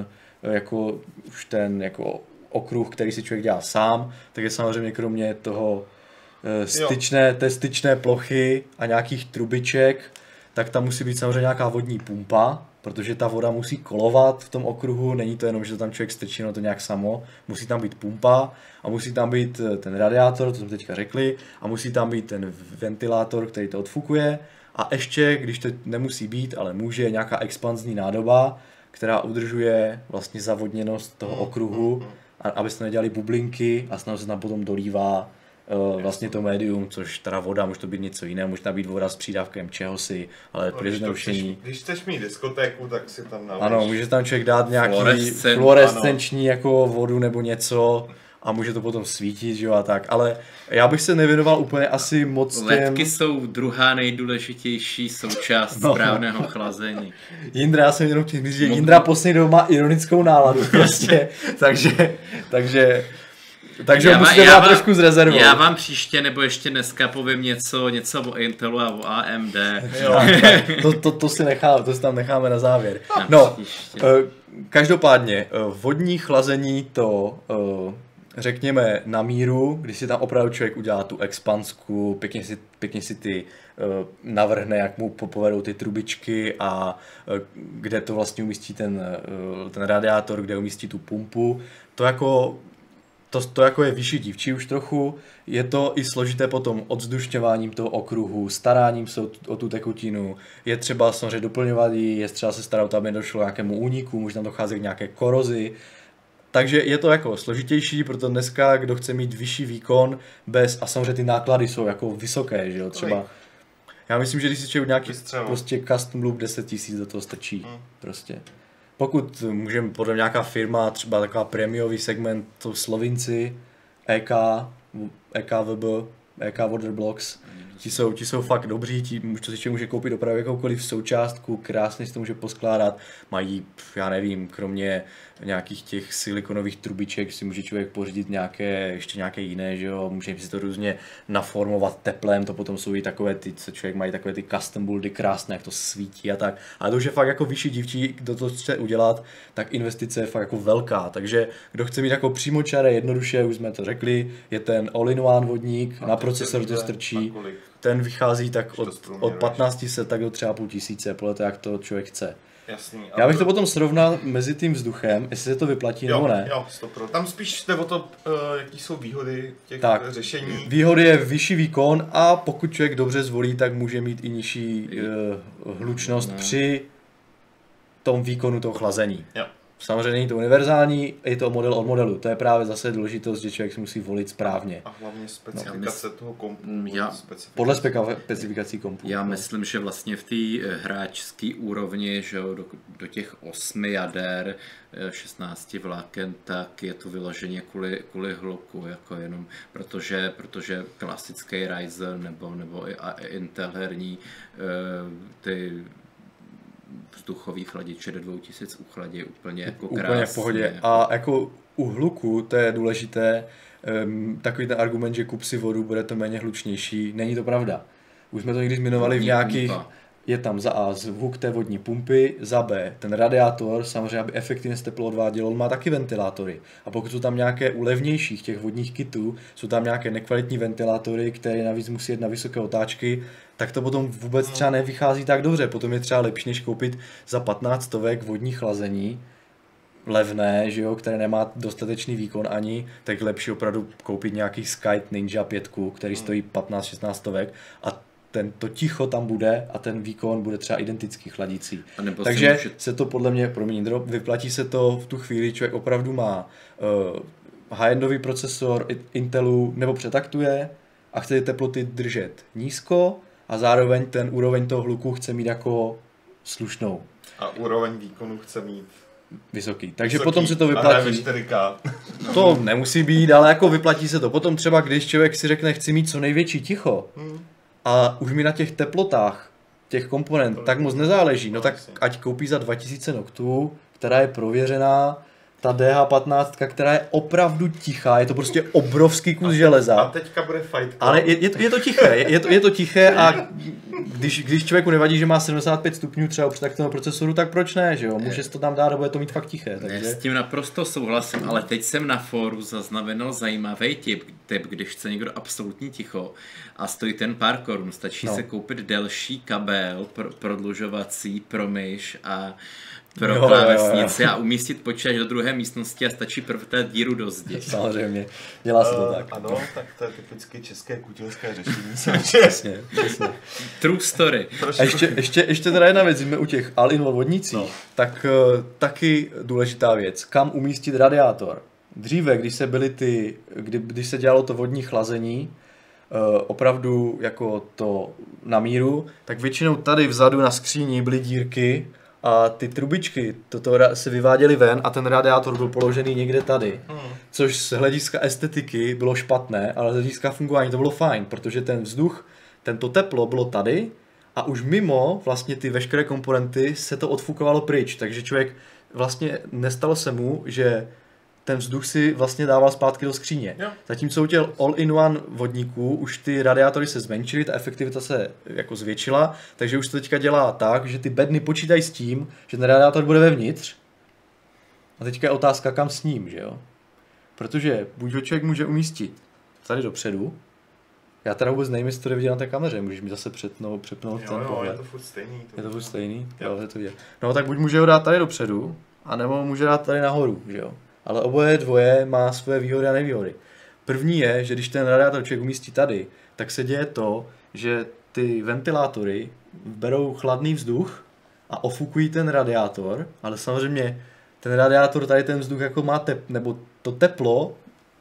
okruh, který si člověk dělá sám, tak je samozřejmě kromě toho styčné plochy a nějakých trubiček, tak tam musí být samozřejmě nějaká vodní pumpa, protože ta voda musí kolovat v tom okruhu, není to jenom, že to tam člověk strčí, no to nějak samo, musí tam být pumpa a musí tam být ten radiátor, to jsme teďka řekli, a musí tam být ten ventilátor, který to odfukuje, a ještě, když to nemusí být, ale může, nějaká expanzní nádoba, která udržuje vlastně zavodněnost toho okruhu, aby se nedělaly bublinky a snad se tam potom dolívá vlastně to médium, což teda voda, může to být něco jiného, může tam být voda s přídavkem čehosi, ale pro zjednodušení. Když chceš mít diskotéku, tak si tam naleješ. Ano, může tam člověk dát nějaký fluorescenční jako vodu nebo něco a může to potom svítit, že jo, a tak, ale já bych se nevěnoval úplně asi moc těm... Ledky jsou druhá nejdůležitější součást správného chlazení. Jindra, já jsem jenom chtěl říct, že Jindra poslední dobu má ironickou náladu prostě, takže musíte dát trošku z rezervou. Já vám příště nebo ještě dneska povím něco o Intelu a o AMD. Jo, to si tam necháme na závěr. Každopádně vodní chlazení to řekněme na míru, když si tam opravdu člověk udělá tu expansku, pěkně si ty navrhne, jak mu povedou ty trubičky a kde to vlastně umístí ten radiátor, kde umístí tu pumpu. To jako je vyšší dívčí už trochu, je to i složité potom odzdušťováním toho okruhu, staráním se o tu tekutinu, je třeba samozřejmě doplňovat ji, je třeba se starat, aby nedošlo k nějakému úniku, může tam docházet k nějaké korozi. Takže je to jako složitější, proto dneska, kdo chce mít vyšší výkon a samozřejmě ty náklady jsou jako vysoké, že jo, třeba. Já myslím, že když si člověk nějaký Vystřelil. prostě custom loop 10 000 do toho strčí. Prostě. Pokud můžeme, podle nějaká firma, třeba taková prémiový segment, to Slovinci, EKVB, EK Waterblocks, ti jsou fakt dobří, to si člověk může koupit opravdu jakoukoliv součástku, krásně si to může poskládat, mají, já nevím, kromě nějakých těch silikonových trubiček si může člověk pořídit ještě nějaké jiné, že jo, může si to různě naformovat teplem, to potom jsou i takové ty, co člověk mají takové ty custom buildy krásné, jak to svítí a tak, ale to už je fakt jako vyšší dívčí, kdo to chce udělat, tak investice je fakt jako velká, takže kdo chce mít jako přímočaré, jednoduše, už jsme to řekli, je ten all-in-one vodník, na procesor to strčí, ten vychází tak od 1500 tak do třeba 5 000, podle toho, jak to člověk chce. Jasný. Já bych to potom srovnal mezi tím vzduchem, jestli se to vyplatí nebo ne. Jo, 100%. Tam spíš jde o to, jaký jsou výhody těch řešení. Výhody je vyšší výkon a pokud člověk dobře zvolí, tak může mít i nižší hlučnost při tom výkonu toho chlazení. Jo. Samozřejmě není to univerzální, je to model od modelu. To je právě zase důležitost, že člověk si musí volit správně. A hlavně specifikace toho kompu. Podle specifikací kompu. Já myslím, že vlastně v té hráčské úrovni, že jo, do těch 8 jader, 16 vláken, tak je to vyloženě kvůli hluku, jako jenom protože klasický Ryzen nebo i Intel herní ty vzduchový chladiče do 2000 uchladí úplně jako krásně. Úplně v pohodě. A jako u hluku, to je důležité, takový ten argument, že kup si vodu, bude to méně hlučnější, není to pravda. Už jsme to někdy zmiňovali v nějakých, je tam za A zvuk té vodní pumpy, za B ten radiátor, samozřejmě aby efektivně teplo odváděl, on má taky ventilátory. A pokud jsou tam nějaké u levnějších těch vodních kitů, jsou tam nějaké nekvalitní ventilátory, které navíc musí jet na vysoké otáčky, tak to potom vůbec třeba nevychází tak dobře. Potom je třeba lepší, než koupit za 15 stovek vodní chlazení, levné, že jo, které nemá dostatečný výkon ani, tak lepší opravdu koupit nějaký Skype Ninja 5, který stojí 15-16 stovek a to ticho tam bude a ten výkon bude třeba identický chladící. Takže se to podle mě, vyplatí se to v tu chvíli, člověk opravdu má high-endový procesor Intelu nebo přetaktuje a chce teploty držet nízko a zároveň ten úroveň toho hluku chce mít jako slušnou. A úroveň výkonu chce mít vysoký. Takže potom se to vyplatí. 4K. To nemusí být, ale jako vyplatí se to. Potom třeba, když člověk si řekne, chci mít co největší ticho a už mi na těch teplotách těch komponent tak moc nezáleží, no tak ať koupí za 2000 noktů, která je prověřená, ta DH15, která je opravdu tichá, je to prostě obrovský kus železa. A teďka bude fight. Ale je to tiché, je to tiché a když člověku nevadí, že má 75 stupňů třeba při takovém procesoru, tak proč ne, že jo? Může se to tam dát a bude to mít fakt tiché. Takže... S tím naprosto souhlasím, ale teď jsem na fóru zaznamenal zajímavý tip, když chce někdo absolutní ticho a stojí ten pár korun, stačí se koupit delší kabel prodlužovací pro myš a pro klávesnici a umístit počítač do druhé místnosti a stačí prvrtat díru do zdi. Samozřejmě, dělá se to tak. Ano, tak to je typicky české kutilské řešení. Přesně. True story. A ještě teda jedna věc, jsme u těch all-in-one vodnicích, tak taky důležitá věc, kam umístit radiátor. Dříve, když se dělalo to vodní chlazení, opravdu jako to na míru, tak většinou tady vzadu na skříni byly dírky a ty trubičky se vyváděly ven a ten radiátor byl položený někde tady. Což z hlediska estetiky bylo špatné, ale z hlediska fungování to bylo fajn, protože ten vzduch, tento teplo bylo tady a už mimo vlastně ty veškeré komponenty se to odfukovalo pryč, takže člověk vlastně nestalo se mu, že ten vzduch si vlastně dával zpátky do skříně. Jo. Zatímco u těch all-in-one vodníků už ty radiátory se zmenšily, ta efektivita se jako zvětšila, takže už to teďka dělá tak, že ty bedny počítají s tím, že ten radiátor bude vevnitř. A teďka je otázka, kam s ním, že jo? Protože buď ho člověk může umístit tady dopředu, já teda vůbec nevím, jestli to jde vidět na té kameře, můžeš mi zase přepnout ten pohled. Je to furt stejný. Je to furt stejný? Jo, je to vidět. No tak buď může ho dát tady dopředu, anebo může dát tady nahoru, že jo? Ale oboje dvoje má své výhody a nevýhody. První je, že když ten radiátor člověk umístí tady, tak se děje to, že ty ventilátory berou chladný vzduch a ofukují ten radiátor, ale samozřejmě ten radiátor tady ten vzduch jako má nebo to teplo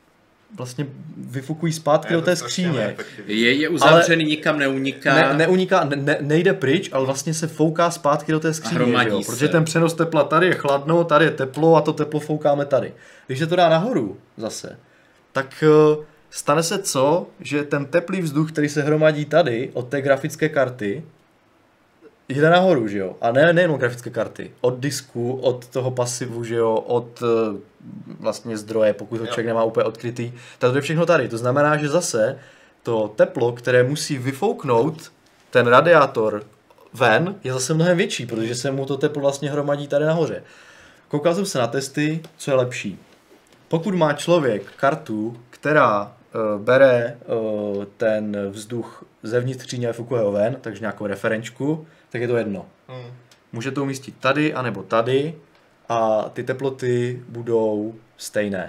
vlastně vyfukují zpátky do té skříně. Je uzavřený, nikam neuniká. Neuniká, nejde pryč, ale vlastně se fouká zpátky do té skříně, jo? Protože ten přenos tepla tady je chladno, tady je teplo a to teplo foukáme tady. Když se to dá nahoru zase, tak stane se co, že ten teplý vzduch, který se hromadí tady od té grafické karty, jde nahoru, že jo? A nejenom grafické karty, od disku, od toho pasivu, že jo, od vlastně zdroje, pokud ho člověk nemá úplně odkrytý, tak to je všechno tady. To znamená, že zase to teplo, které musí vyfouknout ten radiátor ven, je zase mnohem větší, protože se mu to teplo vlastně hromadí tady nahoře. Koukal jsem se na testy, co je lepší. Pokud má člověk kartu, která bere ten vzduch zevnitř skříně a vyfukuje ho ven, takže nějakou referenčku, tak je to jedno. Může to umístit tady, anebo tady a ty teploty budou stejné.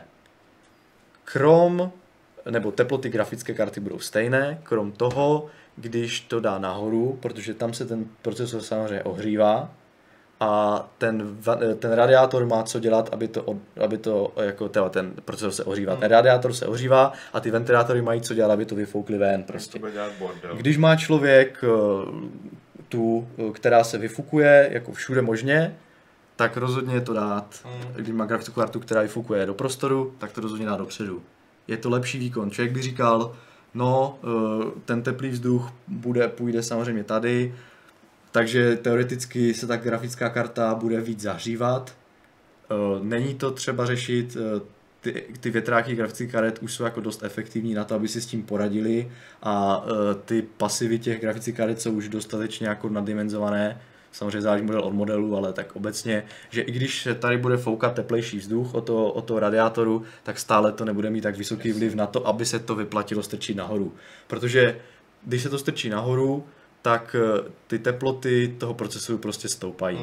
Nebo teploty grafické karty budou stejné, krom toho, když to dá nahoru, protože tam se ten procesor samozřejmě ohřívá a ten radiátor má co dělat, aby to jako ten procesor se ohřívá. Ten radiátor se ohřívá a ty ventilátory mají co dělat, aby to vyfoukli ven prostě. Když má člověk která se vyfukuje jako všude možně, tak rozhodně je to dát. Když má grafickou kartu, která vyfukuje do prostoru, tak to rozhodně dá dopředu. Je to lepší výkon. Člověk by říkal, no, ten teplý vzduch půjde samozřejmě tady, takže teoreticky se ta grafická karta bude víc zahřívat. Není to třeba řešit, ty větráky grafických karet už jsou jako dost efektivní na to, aby si s tím poradili a ty pasivy těch grafických karet jsou už dostatečně jako naddimenzované. Samozřejmě záleží model od modelu, ale tak obecně, že i když se tady bude foukat teplejší vzduch od toho radiátoru, tak stále to nebude mít tak vysoký vliv na to, aby se to vyplatilo strčit nahoru. Protože když se to strčí nahoru, tak ty teploty toho procesoru prostě stoupají.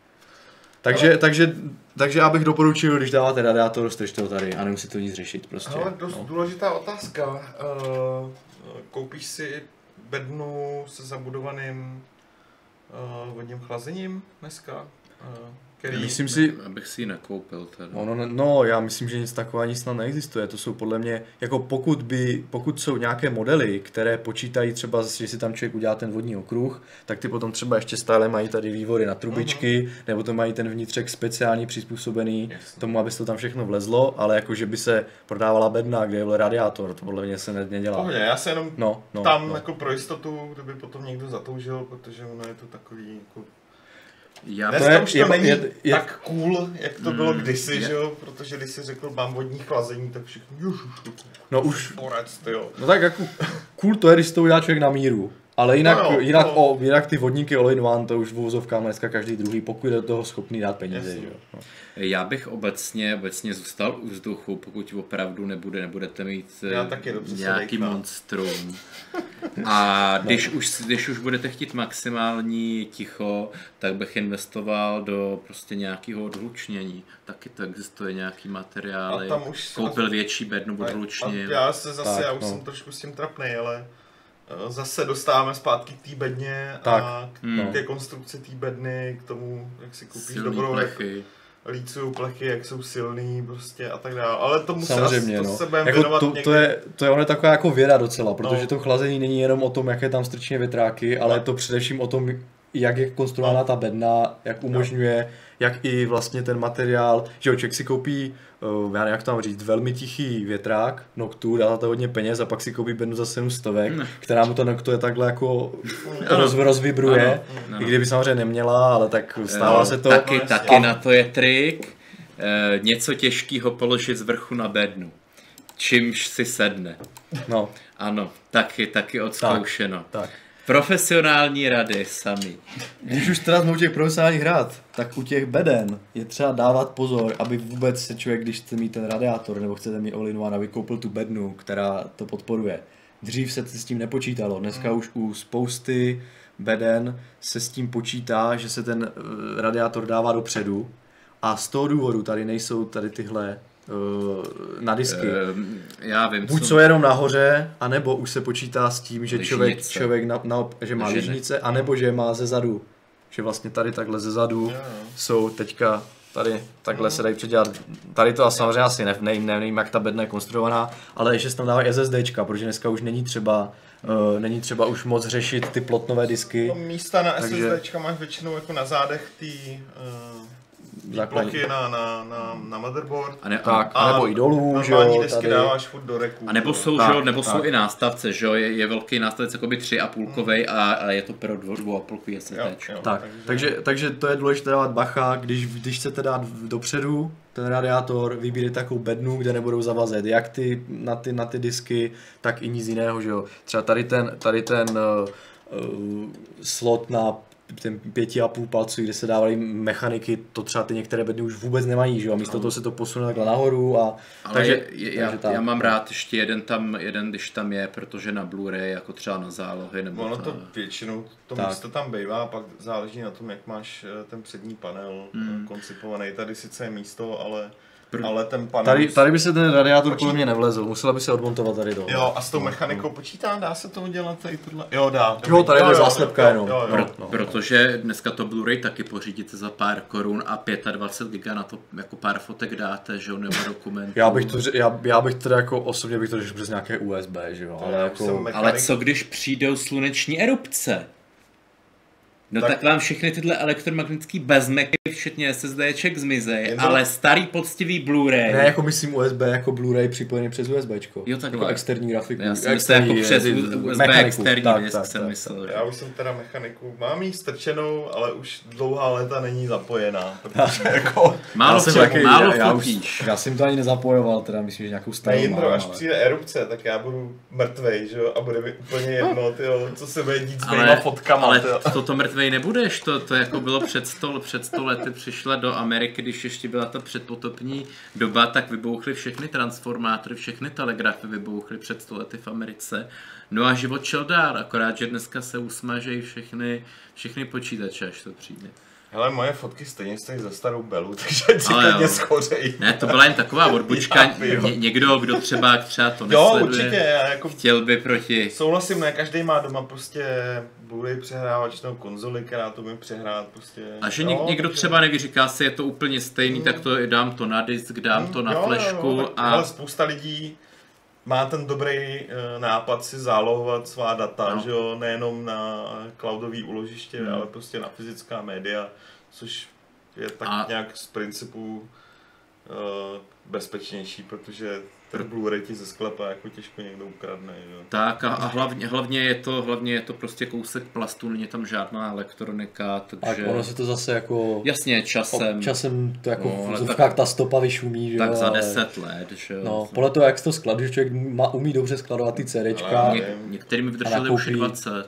Takže já bych doporučil, když dáváte radiátor, strčte ho tady a nemusíte to nic řešit prostě. Ale dost důležitá otázka. Koupíš si bednu se zabudovaným vodním chlazením dneska? Myslím si, abych si ji nekoupil teda. No, já myslím, že nic takového ani snad neexistuje. To jsou podle mě, jako pokud jsou nějaké modely, které počítají třeba, že si tam člověk udělá ten vodní okruh, tak ty potom třeba ještě stále mají tady vývory na trubičky, nebo to mají ten vnitřek speciálně přizpůsobený tomu, aby se to tam všechno vlezlo, ale jako že by se prodávala bedna, kde je radiátor, to podle mě se nedělá. Pohodě, já se jenom jako pro jistotu, kdyby potom někdo zatoužil, protože ono je to takový jako... Dneska už to není tak cool, jak to bylo kdysi, že jo? Protože když si řekl, mám vodní chlazení, tak všichni No tak jako cool to je, když to udělá člověk na míru. Ale jinak ty vodníky all-in-one, to už v uvozovkách dneska každý druhý, pokud je do toho schopný dát peníze. Že jo? No. Já bych obecně zůstal u vzduchu, pokud opravdu nebudete mít nějaký monstrum. A když už budete chtít maximální ticho, tak bych investoval do prostě nějakého odhlučnění. Taky to existuje nějaký materiály. Koupil větší bednu, odhlučnil. Já už jsem trošku s tím trapnej, ale zase dostáváme zpátky k té bedně a k té konstrukci té bedny, k tomu, jak si koupíš dobrou lícují plechy, jak jsou silný prostě a tak dále. Ale tomu samozřejmě, se budeme věnovat někdy. To je taková jako věda docela, protože to chlazení není jenom o tom, jaké tam strčené větráky, ale je to především o tom, jak je konstruována ta bedna, jak umožňuje, jak i vlastně ten materiál, že člověk si koupí, já nevím, jak to mám říct, velmi tichý větrák, Noctu, dá to hodně peněz a pak si koupí bednu za 700, která mu to Noctu je takhle jako rozvibruje, i kdyby samozřejmě neměla, ale tak stává se to. Taky na to je trik, něco těžkého položit z vrchu na bednu, čímž si sedne. No. Ano, taky odzkoušeno. Tak. Profesionální rady sami. Když už teda jsme u těch profesionálních rad, tak u těch beden je třeba dávat pozor, aby vůbec se člověk, když chce mít ten radiátor nebo chcete mít all-in-one, aby koupil tu bednu, která to podporuje. Dřív se s tím nepočítalo, dneska už u spousty beden se s tím počítá, že se ten radiátor dává dopředu a z toho důvodu tady nejsou tady tyhle na disky. Já vím, buď co jenom nahoře, anebo už se počítá s tím, že člověk že má lyžnice, anebo že má ze zadu. Že vlastně tady takhle ze zadu jsou teďka tady takhle se dají předělat. Tady to samozřejmě asi nevím, jak ta bedna je konstruovaná, ale ještě se tam dávají SSDčka, protože dneska už není třeba už moc řešit ty plotnové disky. No, místa na SSDčka máš většinou jako na zádech ty plochy na motherboard. A nebo i dolů, že jo, disky tady dáváš furt do reku. A nebo jsou i nástavce, že jo, je velký nástavec jakoby 3,5kovej a je to pro 2,5 SSDčko. Takže to je důležité dávat bacha, když chcete dát dopředu ten radiátor, vybírejte takovou bednu, kde nebudou zavazet jak na ty disky, tak i nic jiného, že jo. Třeba tady ten slot na ten 5,5 palců, kde se dávaly mechaniky, to třeba ty některé bedny už vůbec nemají, že jo, a místo toho se to posune takhle nahoru a... Ale já mám rád ještě jeden, když tam je, protože na Blu-ray jako třeba na zálohy nebo... Ono to většinou, to místo tam bývá, pak záleží na tom, jak máš ten přední panel koncipovaný. Tady sice je místo, ale ten panel... Tady by se ten radiátor podle mě nevlezl, musela by se odmontovat tady do. Jo, a s tou mechanikou počítá, dá se to udělat tady tohle? Jo, dá. Jo, tady je záslepka jenom. Protože dneska to Blu-ray taky pořídíte za pár korun a 25 GB na to jako pár fotek dáte, že jo, nebo dokumentů. Já bych teda jako osobně bych to řešil přes nějaké USB, že jo, ale co když přijdou sluneční erupce? No tak vám všechny tyhle elektromagnetický bezmeky, včetně SSDček zmizej, ale starý poctivý Blu-ray. Ne, jako myslím USB, jako Blu-ray připojený přes USBčko. Jo, takhle. Jako externí grafiku. Já jsem myslel jako přes USB externí, jsem myslel. Já už jsem teda mechaniku, mám jí strčenou, ale už dlouhá léta není zapojená, protože jako... málo fotíš. Já jsem to ani nezapojoval, teda myslím, že nějakou starou mám. Až přijde erupce, tak já budu mrtvej, že jo, a bude mi úplně jedno, tyjo, co se bude dít s mýma fotkama. Ale toto mrtvej nebudeš, to jako bylo před 100 lety, přišla do Ameriky, když ještě byla ta předpotopní doba, tak vybouchly všechny transformátory, všechny telegrafy vybouchly před 100 lety v Americe. No a život šel dál, akorát, že dneska se usmažejí všechny počítače, až to přijde. Hele, moje fotky stejně stojí za starou Belu, takže si klidně schořej. Ne, to byla jen taková odbočka, někdo, kdo třeba to nesleduje, určitě, já jako chtěl by proti... Souhlasím, ne, každý má doma prostě Blu-ray přehrávač nebo konzoli, která to umí přehrát prostě. A že někdo třeba neví, říká si, je to úplně stejný, tak to dám to na disk, dám to na flešku a... Ale spousta lidí má ten dobrý nápad si zálohovat svá data, že jo, nejenom na cloudový úložiště, ale prostě na fyzická média, což je tak nějak z principu bezpečnější, protože ten Blu-ray ti ze sklepa jako těžko někdo ukradne, jo. Tak a hlavně je to prostě kousek plastu, není tam žádná elektronika, takže... A ono se to zase jako... Jasně, časem to jako v zůvkách ta stopa vyšumí, že tak jo. za 10 let, že jo. No, podle toho, jak se to skladuje, že člověk umí dobře skladovat ty CDčka. Některými vydrželi už 20.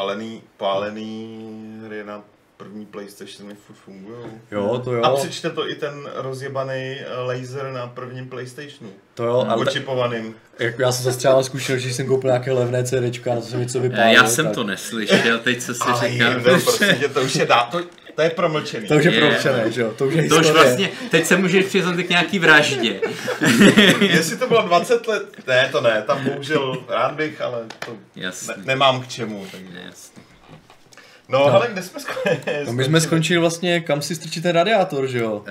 Pálený hry na první PlayStation furt fungujou. Jo, to jo. A přečte to i ten rozjebaný laser na prvním PlayStationu. To jo, ale očipovaným. Já jsem zase třeba zkušel, že jsem koupil nějaké levné CDčka, na to jsem něco vypálil. Já jsem to neslyšel, teď co si říkal. Prostě to už je to je promlčený. To už je promlčené, že jo? To už je historie. To už vlastně, teď se můžeš přiznat k nějaký vraždě. Jestli to bylo 20 let, ne, to ne, tam bohužel rád bych, ale to nemám k čemu. Takže. Jasně. No, ale kde jsme skončili? No, my jsme skončili vlastně, kam si strčí ten radiátor, že jo?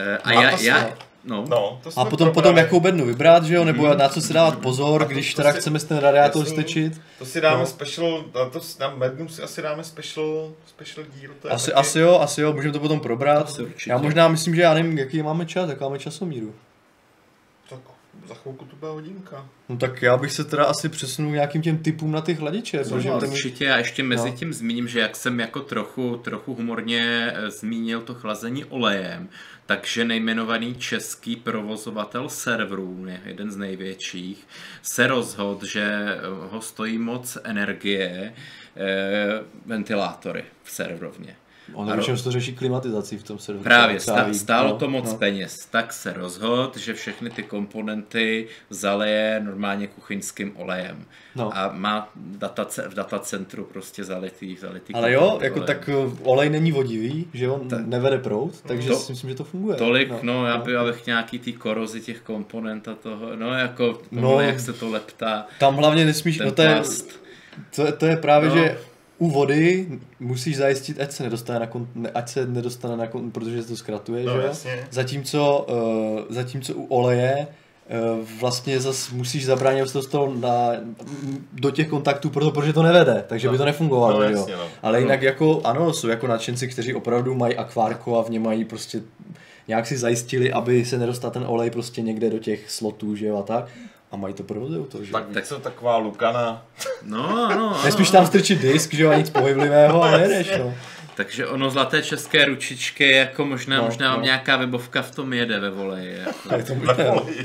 A potom jakou bednu vybrat, že jo? Nebo na co si dávat pozor, když teda chceme ten radiátor strčit. To si dáme special, na bednu si asi dáme special díl. Asi jo, můžeme to potom probrat. Já možná myslím, že já nevím, jaký máme čas, jaká máme časomíru. Tak za chvilku to bude hodinka. No tak já bych se teda asi přesunul nějakým těm typům na ty hladiče. Určitě, já ještě mezi tím zmíním, že jak jsem jako trochu humorně zmínil to chlazení olejem, takže nejmenovaný český provozovatel serverů, jeden z největších, se rozhodl, že ho stojí moc energie ventilátory v serverovně. On se to řeší klimatizací v tom serveru. Právě, stálo to moc peněz, tak se rozhodl, že všechny ty komponenty zaleje normálně kuchyňským olejem. No. A má v datacentru prostě zalitý ale jo, jako olejem. Tak olej není vodivý, že on nevede proud, takže si myslím, že to funguje. Tolik, já bych nějaký ty korozi těch komponent a toho, jak se to leptá. Tam hlavně nesmíš, to je právě, že u vody musíš zajistit, ať se nedostane na protože se to zkratuje, No, že jo? jasně. Zatímco u oleje vlastně zase musíš zabránit, aby se dostalo do těch kontaktů, protože to nevede, takže by to nefungovalo, No, jo. jasně, no. Ale jinak jako, ano, jsou jako nadšenci, kteří opravdu mají akvárko a v něm mají prostě nějak si zajistili, aby se nedostal ten olej prostě někde do těch slotů, že jo, a tak. A mají to provozují to, že? Tak co taková lukana. No. Nesmíš tam strčit disk, že jo, a nic pohyblivého a nejdeš, no. Takže ono zlaté české ručičky, jako možná No. vám nějaká webovka v tom jede ve voleji. Jako. Je to možné,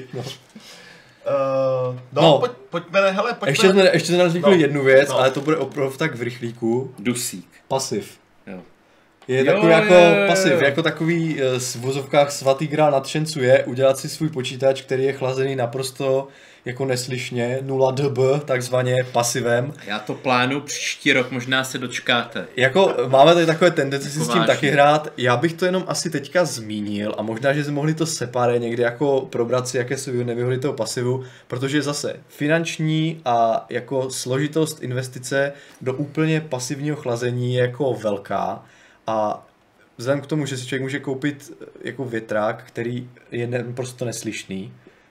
no. Pojďme. Ještě jsme nazvykli jednu věc, No. ale to bude opravdu tak v rychlíku. Dusík. Pasiv. Jo. Je takový jako pasiv, jako takový v vozovkách svatý grál nadšenců je udělat si svůj počítač, který je chlazený naprosto jako neslyšně, 0 dB, takzvaně pasivem. Já to plánuju příští rok, možná se dočkáte. Jako máme tady takové tendence si Jako s tím vážně. taky hrát. Já bych to jenom asi teďka zmínil a možná, že jsme mohli to separé někde jako probrat si, jaké jsou nevýhody toho pasivu, protože zase finanční a jako složitost investice do úplně pasivního chlazení je jako velká a vzhledem k tomu, že si člověk může koupit jako větrák, který je prostě neslyšný,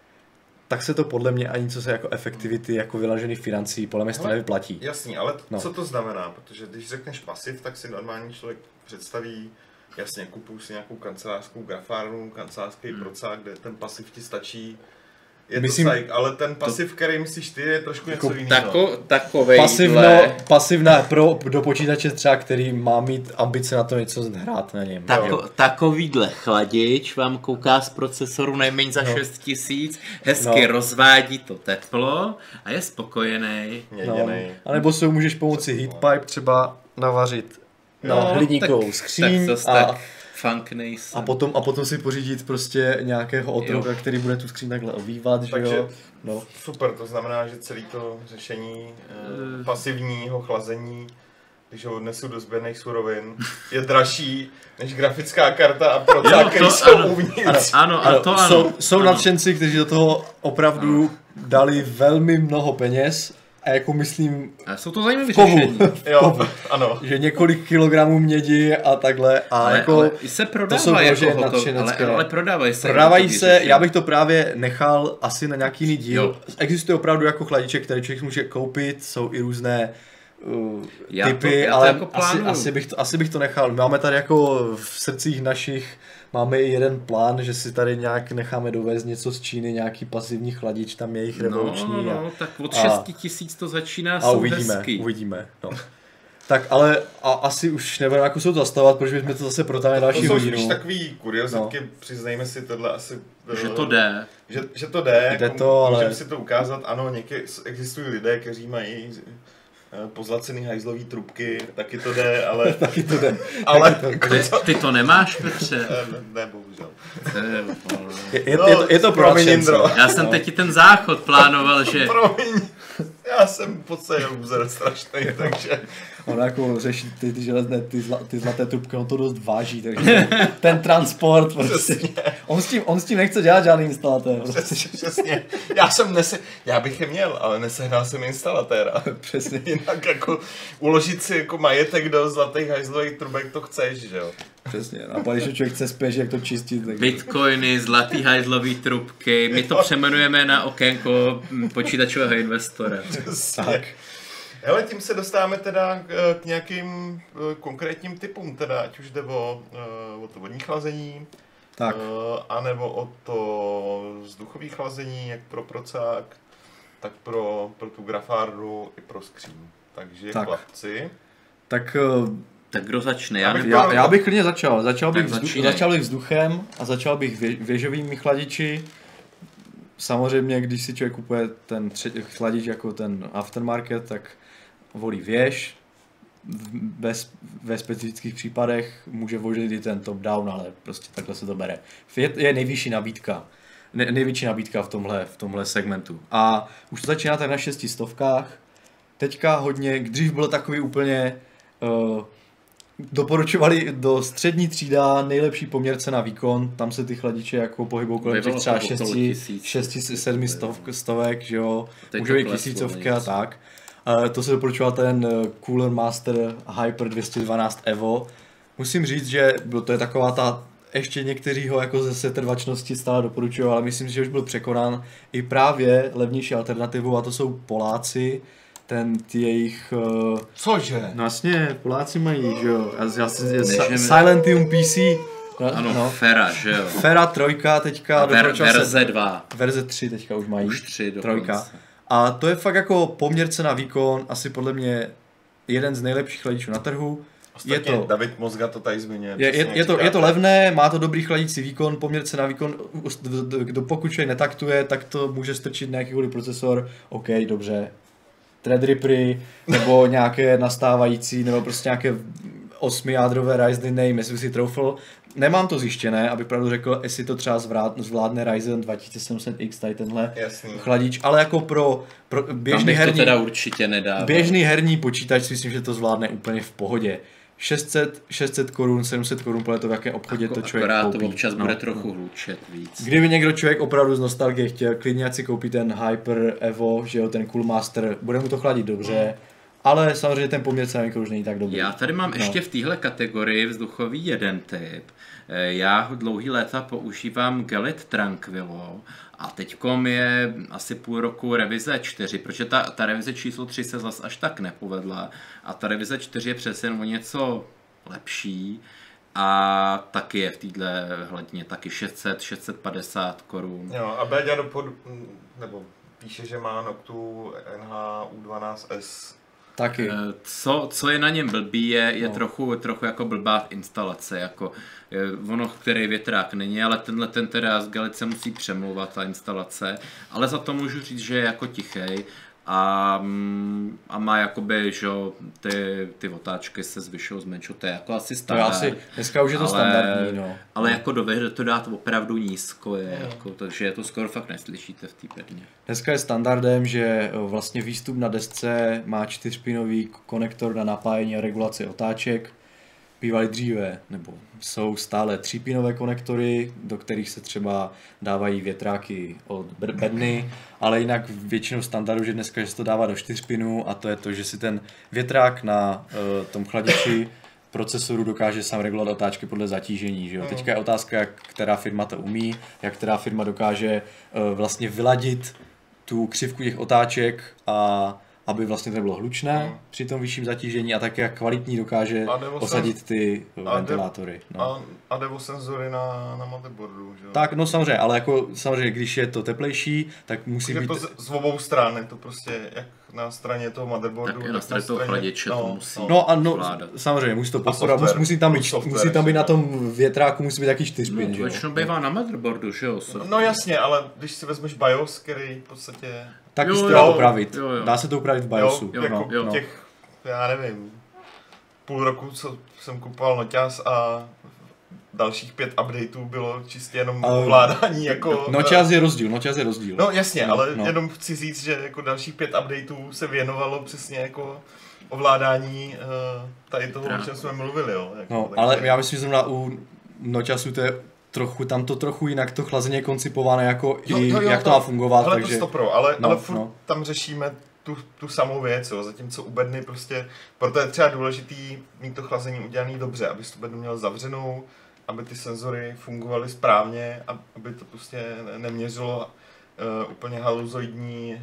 tak se to podle mě ani co se jako efektivity, jako vylažených financí, podle mě se to nevyplatí. Jasný, ale No. co to znamená? Protože když řekneš pasiv, tak si normální člověk představí, jasně, kupuju si nějakou kancelářskou grafárnu, kancelářský procák, kde ten pasiv ti stačí. Je Myslím- to sajk, ale ten pasiv, který myslíš ty, je trošku něco jiného. Takovejhle. Pasivná do počítače třeba, který má mít ambice na to něco hrát na něm. Takovýhle chladič vám kouká z procesoru nejméně za 6000, hezky rozvádí to teplo a je spokojený. Měděnej. A nebo si ho můžeš pomocí heatpipe třeba navařit na hliníkovou skříň tak tak funk nejsem. a potom si pořídit prostě nějakého otroka, který bude tu skříň takhle ovývat, že Takže jo. No. super, to znamená, že celé to řešení pasivního chlazení, když ho odnesu do sběrných surovin, je dražší než grafická karta a procák, který jsou uvnitř. Ano, to ano. Jsou nadšenci, kteří do toho opravdu dali velmi mnoho peněz a jako myslím A jsou to zajímavé kovu. řešení. Jo, ano. Že několik kilogramů mědi a takhle a Ale, jako ale i se to jsou prodávají prože jako hotový, nadšenecké. ale prodávají se. Prodávají hotový se, řešení. já bych to právě nechal asi na nějaký jiný díl. Jo. Existuje opravdu jako chladiče, které člověk může koupit, jsou i různé Já typy, to ale jako asi bych to nechal. Máme tady jako v srdcích našich, máme i jeden plán, že si tady nějak necháme dovést něco z Číny, nějaký pasivní chladič, tam je jich revoluční. No, tak od 6000 to začíná, A jsou uvidíme, hezký. no. Tak ale asi už nebudeme jako se to zastavovat, protože bychom to zase protáhli To další jsou hodinu. spíš takový kuriozitky, přiznejme si tohle asi... Že to jde. Že to jde, Jde to, ale- můžeme si to ukázat, ano, existují lidé, kteří mají pozlacený hajzlový trubky, taky to jde, ale... Taky to jde. ale Ty to nemáš, Petře? ne, bohužel. Je to pro promiň, nadšence. Jindro. Já jsem teď i ten záchod plánoval, že... Promiň, já jsem v podstatě loser strašný, takže... On jako řeší ty železné, ty zlaté trubky, on to dost váží, takže ten transport prostě. On s tím nechce dělat žádný instalatér. Prostě. Přesně. Já bych je měl, ale nesehnal jsem instalatéra. Přesně. Jinak jako uložit si jako majetek do zlatých hajzlových trubek to chceš, že jo? Přesně. A pak, když člověk chce spěš, jak to čistit. Tak... Bitcoiny, zlatý hajzlový trubky, my to přeměnujeme na okénko počítačového investora. Tak. Hele, tím se dostáváme teda k nějakým konkrétním typům, teda ať už jde o to vodní chlazení, Tak. anebo o to vzduchové chlazení, jak pro procák, tak pro tu grafárnu i pro skříň. Takže Tak. chlapci. Tak Tak kdo začne? já bych klidně začal. Začal bych začínej. vzduchem a začal bych věžovými chladiči. Samozřejmě, když si člověk kupuje ten chladič jako ten aftermarket, tak volí věž. Ve specifických případech může volit i ten top-down, ale prostě takhle se to bere. Je nejvyšší nabídka. Největší nabídka v tomhle segmentu. A už to začíná tak na 600. Teďka hodně, dřív bylo takový úplně... doporučovali do střední třída nejlepší poměrce na výkon, tam se ty chladiče jako pohybou kolem těch třeba 6-7 stovek, že jo, může být tisícovky a tak. To se doporučoval ten Cooler Master Hyper 212 Evo. Musím říct, že to je taková ta, ještě někteří ho jako ze setrvačnosti stále doporučují, ale myslím si, že už byl překonán i právě levnější alternativou, a to jsou Poláci. Ty jejich... Cože? No vlastně, Poláci mají, že jo, Silentium PC. Ano, Fera, že jo. Fera 3 teďka. Verze 2. Verze 3 teďka už mají. Už 3 dokonce. 3. A to je fakt jako poměr cena výkon, asi podle mě jeden z nejlepších chladičů na trhu. Ostatně je to, David Mozga to tady zmiňuje. Je to levné, má to dobrý chladící výkon, poměr cena výkon, pokud člověk netaktuje, tak to může strčit na jakýkoliv procesor, OK, dobře. Threadrippery, nebo nějaké nastávající, nebo prostě nějaké 8jádrové Ryzen name, jestli si troufl. Nemám to zjištěné, abych pravdu řekl, jestli to třeba zvládne Ryzen 2700X, tady tenhle chladič, ale jako pro běžný herní, to teda určitě nedává. Běžný herní počítač si myslím, že to zvládne úplně v pohodě. 600 korun, 700 korun, podle toho, v jakém obchodě to člověk akorát koupí. To občas bude trochu hlučet víc. Kdyby někdo člověk opravdu z nostalgie chtěl, klidně ať si koupí ten Hyper Evo, že jo, ten Cool Master, bude mu to chladit dobře, ale samozřejmě ten poměr cena už není tak dobrý. Já tady mám ještě v téhle kategorii vzduchový jeden typ. Já dlouhý léta používám Gelit Tranquilo a teďkom je asi půl roku revize 4, protože ta revize číslo 3 se zas až tak nepovedla a ta revize 4 je přece jen o něco lepší a taky je v této hladině taky 650 korun. Jo, a Béďa nebo píše, že má Noctu NH-U12S. Taky. Co je na něm blbý, je trochu jako blbá instalace, jako ono, který větrák není, ale ten teda z Galice musí přemlouvat ta instalace, ale za to můžu říct, že je jako tichej a má jakoby, že ty otáčky se zvyšují, zmenšují, to je jako asi standard. Dneska už je to standardní, no. Ale jako dovede to dát opravdu nízko, takže to skoro fakt neslyšíte v té bedně. Dneska je standardem, že vlastně výstup na desce má 4pinový konektor na napájení a regulaci otáček. Bývaly dříve, nebo jsou stále 3pinové konektory, do kterých se třeba dávají větráky od bedny, ale jinak většinou standardu, že dneska že se to dává do 4pinů a to je to, že si ten větrák na tom chladiči procesoru dokáže sám regulovat otáčky podle zatížení. Že jo? Teďka je otázka, jak která firma to umí, jak která firma dokáže vlastně vyladit tu křivku těch otáček a aby vlastně to nebylo hlučné při tom vyšším zatížení a také jak kvalitní dokáže osadit ty ventilátory. A devo senzory na motherboardu, že jo? Tak, no samozřejmě, ale jako samozřejmě, když je to teplejší, tak musí být... to z obou stran, je to prostě jak na straně toho motherboardu, tak na straně toho chladiče to musí samozřejmě, musí to podporovat, musí tam být na tom větráku, musí být taky 4pin, že jo? Většinou bývá na motherboardu, že jo? No jasně, ale když si vezmeš BIOS, který v podstatě... Tak se to dá upravit. Dá se to upravit v BIOSu. Těch, já nevím, půl roku, co jsem kupoval noťaz a dalších 5 updateů bylo čistě jenom ovládání jako... Noťaz je rozdíl. No jasně, ale jenom chci říct, že jako dalších 5 updateů se věnovalo přesně jako ovládání tady toho, o čem jsme mluvili, jo. Jako, ale já myslím, že zrovna u noťasu to je tam to trochu jinak to chlazení je koncipované, jako jak to má fungovat. Ale takže... ale furt tam řešíme tu samou věc, jo. Zatímco u bedny prostě, proto je třeba důležitý mít to chlazení udělané dobře, aby tu bednu měl zavřenou, aby ty senzory fungovaly správně, aby to prostě neměřilo úplně haluzoidní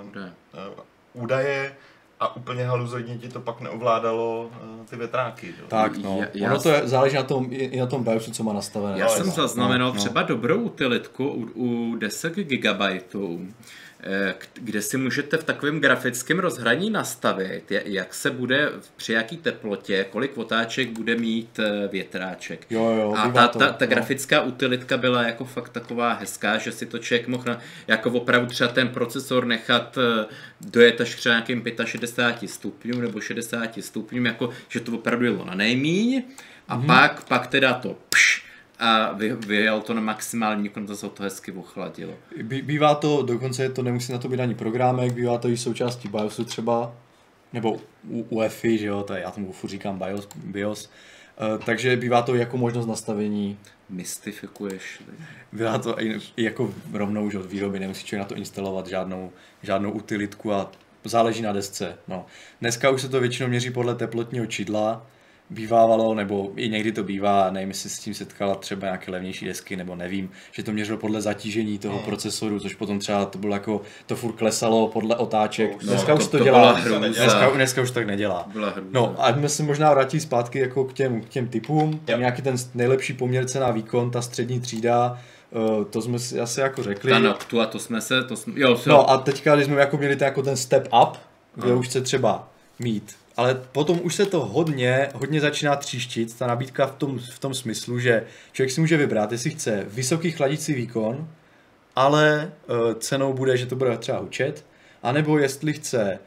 údaje a úplně haluzoidně ti to pak neovládalo ty větráky. Jo. Tak no, ono to záleží na tom BIOSu, co má nastavené. Já jsem zaznamenal třeba dobrou utilitku u 10 GB, kde si můžete v takovém grafickém rozhraní nastavit, jak se bude při jaký teplotě, kolik otáček bude mít větráček. A ta grafická utilitka byla jako fakt taková hezká, že si to člověk mohl jako opravdu třeba ten procesor nechat dojet až třeba nějakým 65 stupňům nebo 60 stupňům, jako, že to opravdu jelo na nejmíň a pak teda to a vyjel to na maximální výkon, to se to hezky ochladilo. Bývá to, dokonce to nemusí na to být ani programek, bývá to i součástí BIOSu třeba, nebo u UEFI, že jo, to je, já tomu furt říkám BIOS, takže bývá to jako možnost nastavení. Mystifikuješ. Bývá to i jako rovnou už od výroby, nemusí člověk na to instalovat žádnou utilitku a záleží na desce. No. Dneska už se to většinou měří podle teplotního čidla, bývávalo, nebo i někdy to bývá, nevím, jestli s tím setkala třeba nějaké levnější desky, nebo nevím, že to měřilo podle zatížení toho procesoru, což potom třeba to bylo jako, to furt klesalo podle otáček. Dneska už to dělá, dneska už tak nedělá. No a my se možná vrátí zpátky jako k těm typům, tam nějaký ten nejlepší poměr cena výkon, ta střední třída, to jsme si asi jako řekli. Ta Noctua, to jsme. No a teďka, když jsme jako měli ten step up, kde už chce třeba mít. Ale potom už se to hodně začíná tříštit, ta nabídka v tom smyslu, že člověk si může vybrat, jestli chce vysoký chladicí výkon, ale cenou bude, že to bude třeba hučet, anebo jestli chce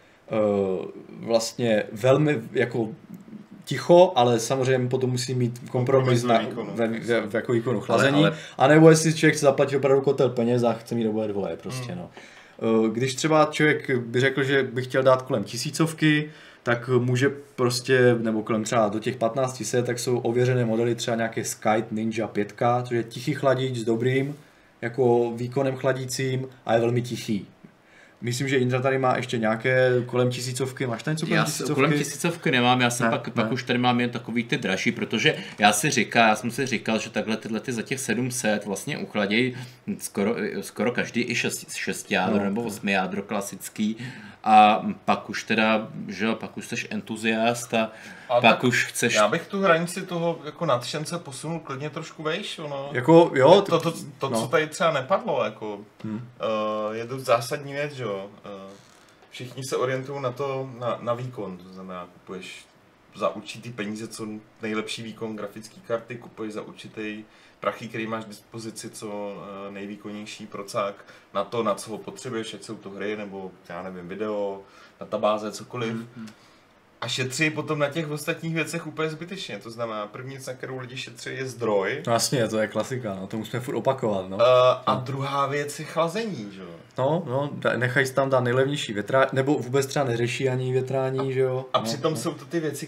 vlastně velmi jako ticho, ale samozřejmě potom musí mít kompromis jako výkonu chlazení, anebo jestli člověk chce zaplatit opravdu kotel peněz a chce mít oboje dvoje prostě, no. Když třeba člověk by řekl, že by chtěl dát kolem 1000, tak může prostě, nebo kolem třeba do těch 1500, tak jsou ověřené modely třeba nějaké Skype Ninja 5, což je tichý chladič s dobrým jako výkonem chladícím a je velmi tichý. Myslím, že Indra tady má ještě nějaké kolem 1000, máš tam něco kolem 1000? Já kolem 1000 nemám, já jsem pak už tady mám jen takový ty dražší, protože já jsem si říkal, že takhle tyhle ty za těch 700 vlastně uchladějí skoro každý i 6 jádro nebo 8 jádro klasický a pak už teda, že jo, pak už jsi entuziast a pak už chceš... Já bych tu hranici toho jako nadšence posunul klidně trošku vejš, no. Jako, jo, co tady třeba nepadlo, jako, je to zásadní věc, že jo. Všichni se orientují na to, na výkon, to znamená, kupuješ za určitý peníze co nejlepší výkon grafické karty, kupuješ za určitý prachy, který máš k dispozici, co nejvýkonnější procák na to, na co ho potřebuješ, ať jsou to hry, nebo já nevím, video, databáze, cokoliv. A šetří potom na těch ostatních věcech úplně zbytečně, to znamená, první věc, na kterou lidi šetří, je zdroj. Vlastně, to je klasika, no, to musíme furt opakovat, no. A druhá věc je chlazení, že jo. No, nechají si tam dát nejlevnější větrání, nebo vůbec třeba neřeší ani větrání, že jo. A přitom jsou to ty věci,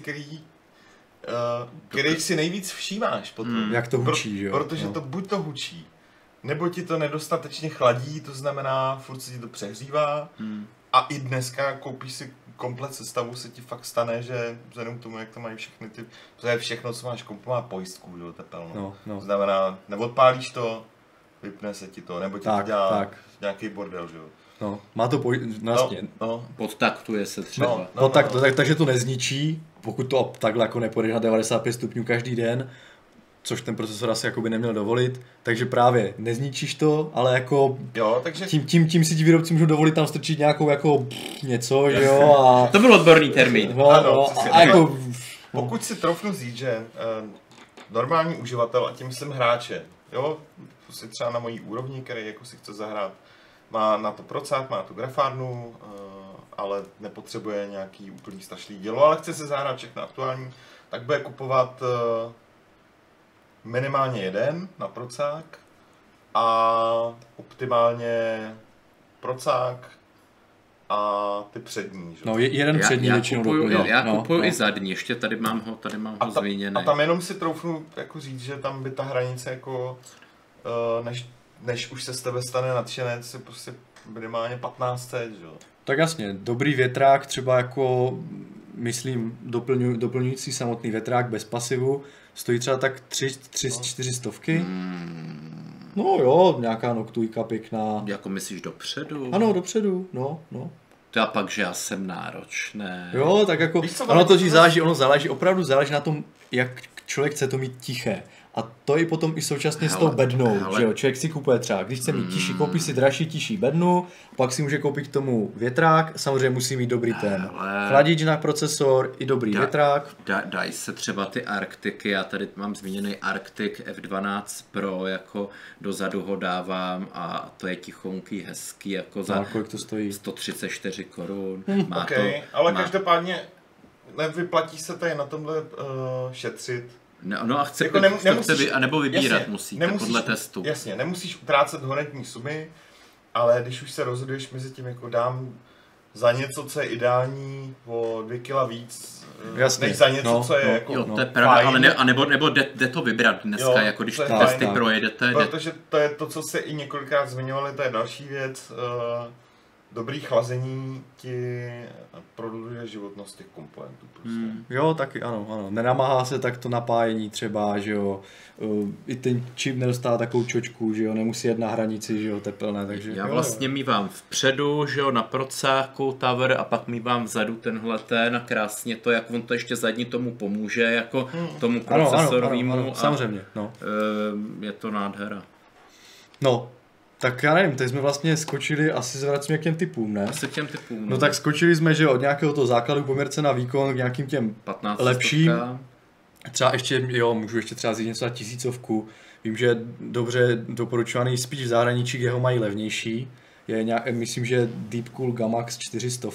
kterých si nejvíc všímáš potom. Jak to hučí, že jo. Protože to buď to hučí, nebo ti to nedostatečně chladí, to znamená, furt se ti to přehřívá. A i dneska koupíš si komplet sestavu, se ti fakt stane, že vzhledem k tomu, jak to mají všechny ty, to je všechno, co máš, kompu má pojistku, že jo, tepelnou. No. To znamená, neodpálíš to, vypne se ti to, nebo ti to dělá nějaký bordel, že jo. No, má to vlastně. Podtaktuje se třeba. Takže to nezničí, pokud to takhle jako nepůjdeš na 95 stupňů každý den, což ten procesor asi jakoby neměl dovolit, takže právě nezničíš to, ale jako takže... tím si ti výrobci můžou dovolit tam strčit nějakou jako něco, že jo, a... To byl odborný termín. Pokud si troufnu říct, že normální uživatel, a tím jsem hráče, jo, prostě třeba na mojí úrovni, který jako si chce zahrát, má na to procák, má tu grafárnu, ale nepotřebuje nějaký úplný stašlý dělo, ale chce se zahrát všechno aktuální, tak bude kupovat minimálně jeden na procák a optimálně procák a ty přední. Že? No jeden přední většinou doplňuje. Já kupuju i zadní, ještě tady mám ho zmíněný. A tam jenom si troufnu jako říct, že tam by ta hranice jako, než už se z tebe stane nadšenec, je prostě minimálně 1500, že jo. Tak jasně, dobrý větrák, třeba jako, myslím, doplňující samotný větrák bez pasivu, stojí třeba tak 300-400. No jo, nějaká noktujka pěkná. Jako myslíš dopředu? Ano, dopředu, no. To já pak, že já jsem náročný. Jo, tak jako, opravdu záleží na tom, jak člověk chce to mít tiché. A to i potom i současně s tou bednou, že jo, člověk si kupuje třeba, když chce mít tiší, koupí si dražší, tiší bednu, pak si může koupit k tomu větrák, samozřejmě musí mít dobrý ten chladič na procesor, i dobrý větrák. Dají se třeba ty Arcticy, já tady mám zmíněný Arctic F12 Pro, jako dozadu ho dávám a to je tichonký, hezký, jako za kolik to stojí? 134 korun. Každopádně nevyplatí se tady na tomhle šetřit. No a chce, jako nebo vybírat jasně, musíte podle testu. Jasně, nemusíš utrácet honetní sumy, ale když už se rozhoduješ mezi tím, jako dám za něco, co je ideální, o 2 kila víc, jasně, než za něco, co je jako jo, to je pravda, ale nebo jde to vybrat dneska, jako když ty testy projedete. Protože to je to, co se i několikrát zmiňovali, to je další věc. dobrý chlazení ti prodlužuje životnost těch komponentů. Prostě. Jo, taky ano. Nenamáhá se tak to napájení třeba, že jo. I ten čip nedostává takovou čočku, že jo, nemusí jet na hranici, že jo, tepelné, takže... Já vlastně mívám vpředu, že jo, na procáku tower a pak mívám vzadu tenhle ten a krásně to, jak on to ještě zadní tomu pomůže, jako tomu procesorovému. Ano, samozřejmě, no. Je to nádhera. No, tak já nevím, teď jsme vlastně skočili, asi zvracíme k těm typům, ne? Asi k těm typům. No tak skočili jsme, že od nějakého toho základu poměrce na výkon k nějakým těm 15 lepším. stovka. Třeba ještě, jo, můžu ještě třeba říct něco na 1000. Vím, že je dobře doporučovaný spíš v zahraničí, kde ho mají levnější. Je myslím, že Deepcool Gamax 400.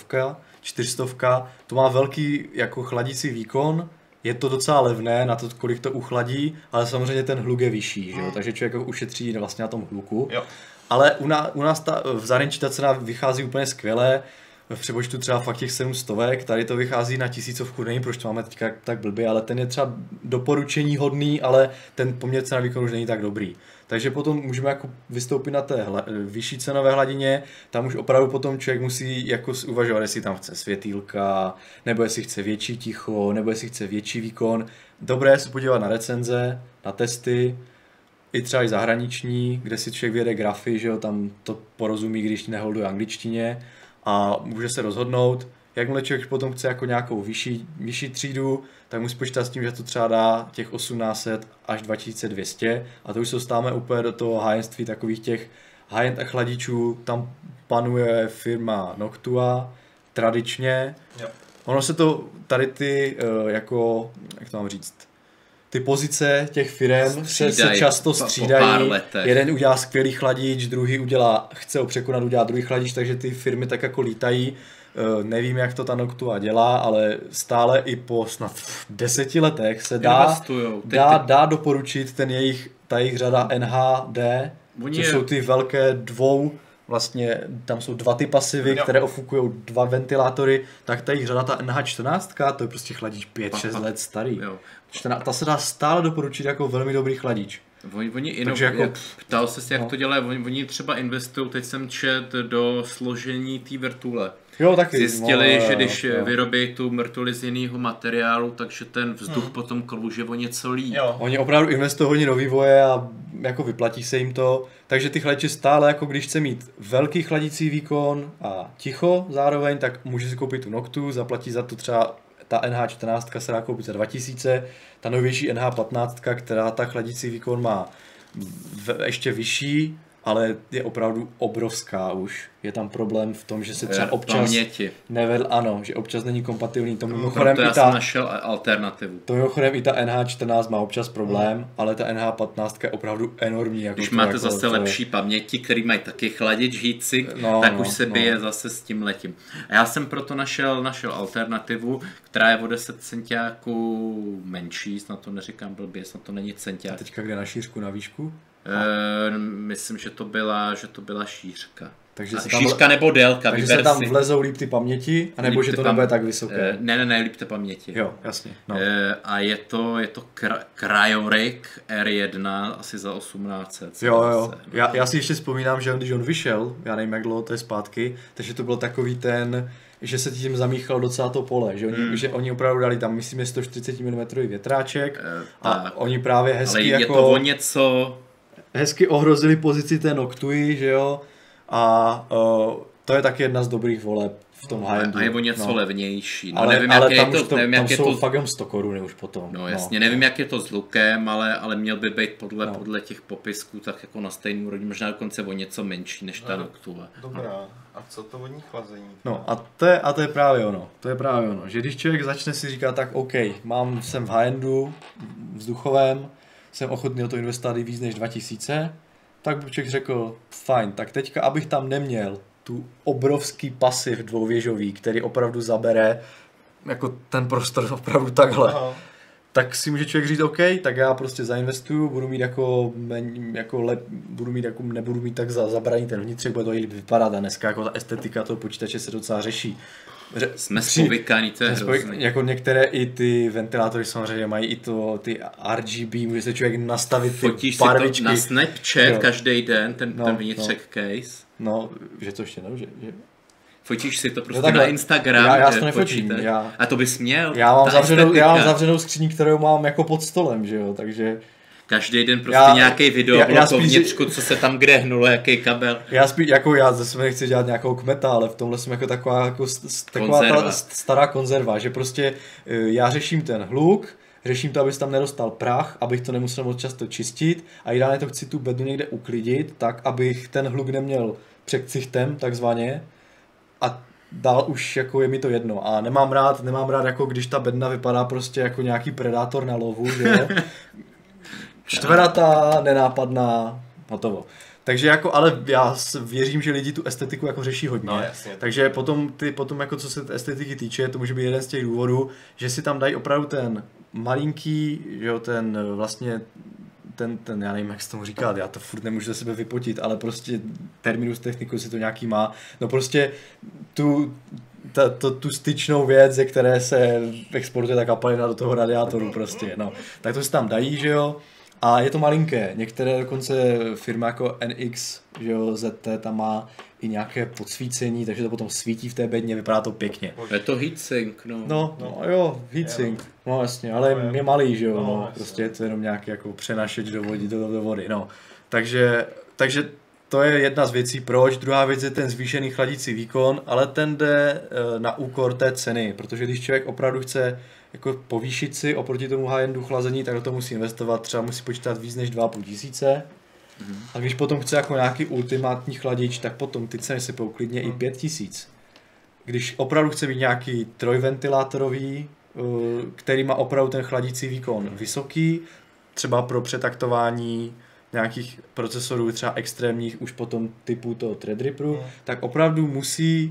To má velký jako chladící výkon. Je to docela levné na to, kolik to uchladí, ale samozřejmě ten hluk je vyšší, že jo? Takže člověk ušetří vlastně na tom hluku. Jo. Ale u nás v zahraničí ta cena vychází úplně skvěle, v přepočtu třeba fakt těch 700, tady to vychází na 1000, nevím proč to máme teďka tak blbě, ale ten je třeba doporučení hodný, ale ten poměr cena výkon už není tak dobrý. Takže potom můžeme jako vystoupit na té vyšší cenové hladině, tam už opravdu potom člověk musí jako uvažovat, jestli tam chce světýlka, nebo jestli chce větší ticho, nebo jestli chce větší výkon. Dobré je se podívat na recenze, na testy, i třeba i zahraniční, kde si člověk vyjede grafy, že jo, tam to porozumí, když neholduje angličtině a může se rozhodnout. Jakmile člověk potom chce jako nějakou vyšší třídu, tak musí počítat s tím, že to třeba dá těch 1800 až 2200 a to už se dostáváme úplně do toho high-endství takových těch high-end chladičů. Tam panuje firma Noctua tradičně. Jo. Ono se to tady ty jako, jak to mám říct, ty pozice těch firem se často střídají. Jeden udělá skvělý chladič, druhý chce ho překonat, udělá druhý chladič, takže ty firmy tak jako lítají. Nevím, jak to ta Noctua dělá, ale stále i po snad 10 letech se dá doporučit ta jejich řada NHD, což jsou ty velké vlastně tam jsou dva ty pasivy, které ofukují dva ventilátory, tak ta jejich řada, ta NH14, to je prostě chladič 5-6 let starý. Jo. Ta se dá stále doporučit jako velmi dobrý chladič. Oni jako, ptal se, jak to dělají, oni třeba investují, teď jsem čet, do složení té vrtule. Jo, taky. Zjistili, že když vyrobí tu mrtvoli z jiného materiálu, takže ten vzduch potom klouže o něco líp. Oni opravdu investují hodně do vývoje a jako vyplatí se jim to. Takže ty chladiče stále, jako když chce mít velký chladící výkon a ticho zároveň, tak může si koupit tu Noctu, zaplatí za to třeba ta NH14 se dá koupit za 2000, ta novější NH15, která ta chladící výkon má ještě vyšší, ale je opravdu obrovská už. Je tam problém v tom, že se třeba občas že občas není kompatibilní. Proto já jsem našel alternativu. To mimochodem i ta NH14 má občas problém, ale ta NH15 je opravdu enormní. Jako když máte zase lepší paměti, který mají taky chladič heatsink, tak už se bije zase s tím letím. A já jsem proto našel alternativu, která je o 10 centiáků menší, snad to neříkám blbě, snad to není centiák. A teďka kde na šířku, na výšku? Myslím, že to byla šířka. Takže šířka nebo délka, takže se tam vlezou líp ty paměti, anebo že to nebude tak vysoké? Ne, líp ty paměti. Jo, jasně. No. A je to Cryoric R1 asi za 1800. Jo. Já si ještě vzpomínám, že když on vyšel, já nevím, jak dlouho to je zpátky, takže to byl takový ten, že se tím zamíchalo docela to pole, že oni opravdu dali tam, myslím, 140 mm větráček a oni právě hezky ale je jako... to o něco... Hezky ohrozili pozici té Noctui, že jo, a to je taky jedna z dobrých voleb v tom high-endu. A je o něco levnější. No, ale tam jsou fakt jen 100 korun už potom. No jasně, nevím, jak je to s lukem, ale měl by být podle těch popisků tak jako na stejnou úrovni, možná dokonce o něco menší než ta Noctua. Dobrá. A co to vodní chlazení? No a to je právě ono. Že když člověk začne si říkat, tak OK, jsem v high-endu, vzduchovém, jsem ochotný o to investovat i víc než 2000, tak by člověk řekl, fajn, tak teďka, abych tam neměl tu obrovský pasiv dvouvěžový, který opravdu zabere jako ten prostor opravdu takhle, tak si může člověk říct, OK, tak já prostě zainvestuju, budu mít nebudu mít tak zabraný ten vnitřek, bude to líp vypadat a dneska jako ta estetika toho počítače se docela řeší. Jsme spovykaný, to je hrozný. Jako některé i ty ventilátory samozřejmě mají i ty RGB, může se člověk nastavit ty fotíš barvičky. Si to na Snapchat každý den, ten vnitřek case. No, že to ještě ne, že Fotíš si to prostě takhle, na Instagram. já si to nefotím. A to bys měl. Já mám zavřenou skříň, kterou mám jako pod stolem, že jo, takže... Každý den prostě nějaký video bylo po vnitřku, co se tam kde hnulo, jaký kabel. Já zase nechci dělat nějakou kmeta, ale v tomhle jsem jako taková ta stará konzerva, že prostě já řeším ten hluk, řeším to, aby se tam nedostal prach, abych to nemusel moc často čistit a ideálně to chci tu bednu někde uklidit, tak abych ten hluk neměl před ksichtem takzvaně a dál už jako je mi to jedno a nemám rád jako když ta bedna vypadá prostě jako nějaký predátor na lovu, že jo. Čtveratá, nenápadná, hotovo. Takže jako, ale já věřím, že lidi tu estetiku jako řeší hodně. No, jasně. Takže potom jako co se estetiky týče, to může být jeden z těch důvodů, že si tam dají opravdu ten malinký, že jo, ten vlastně ten, já nevím, jak se tomu říkat, já to furt nemůžu ze sebe vypotit, ale prostě terminus technicus si to nějaký má. No prostě tu styčnou věc, ze které se exportuje ta kapalina do toho radiátoru prostě, no. Tak to si tam dají, že jo. A je to malinké, některé dokonce firmy jako NX, že jo, ZT tam má i nějaké podsvícení, takže to potom svítí v té bedně, vypadá to pěkně. Je to heatsink, no. No jo, heatsink, no jasně, ale je malý, že jo, no, prostě je to jenom nějaký jako přenašeč do vody, no. Takže to je jedna z věcí, proč. Druhá věc je ten zvýšený chladící výkon, ale ten jde na úkor té ceny, protože když člověk opravdu chce jako povýšit si oproti tomu high-endu chlazení, tak do toho musí investovat, třeba musí počítat víc než 2 500. A když potom chce jako nějaký ultimátní chladič, tak potom ty ceny se pouklidně i 5 000. Když opravdu chce být nějaký trojventilátorový, který má opravdu ten chladící výkon vysoký, třeba pro přetaktování nějakých procesorů třeba extrémních už potom typu toho Threadripperu, tak opravdu musí,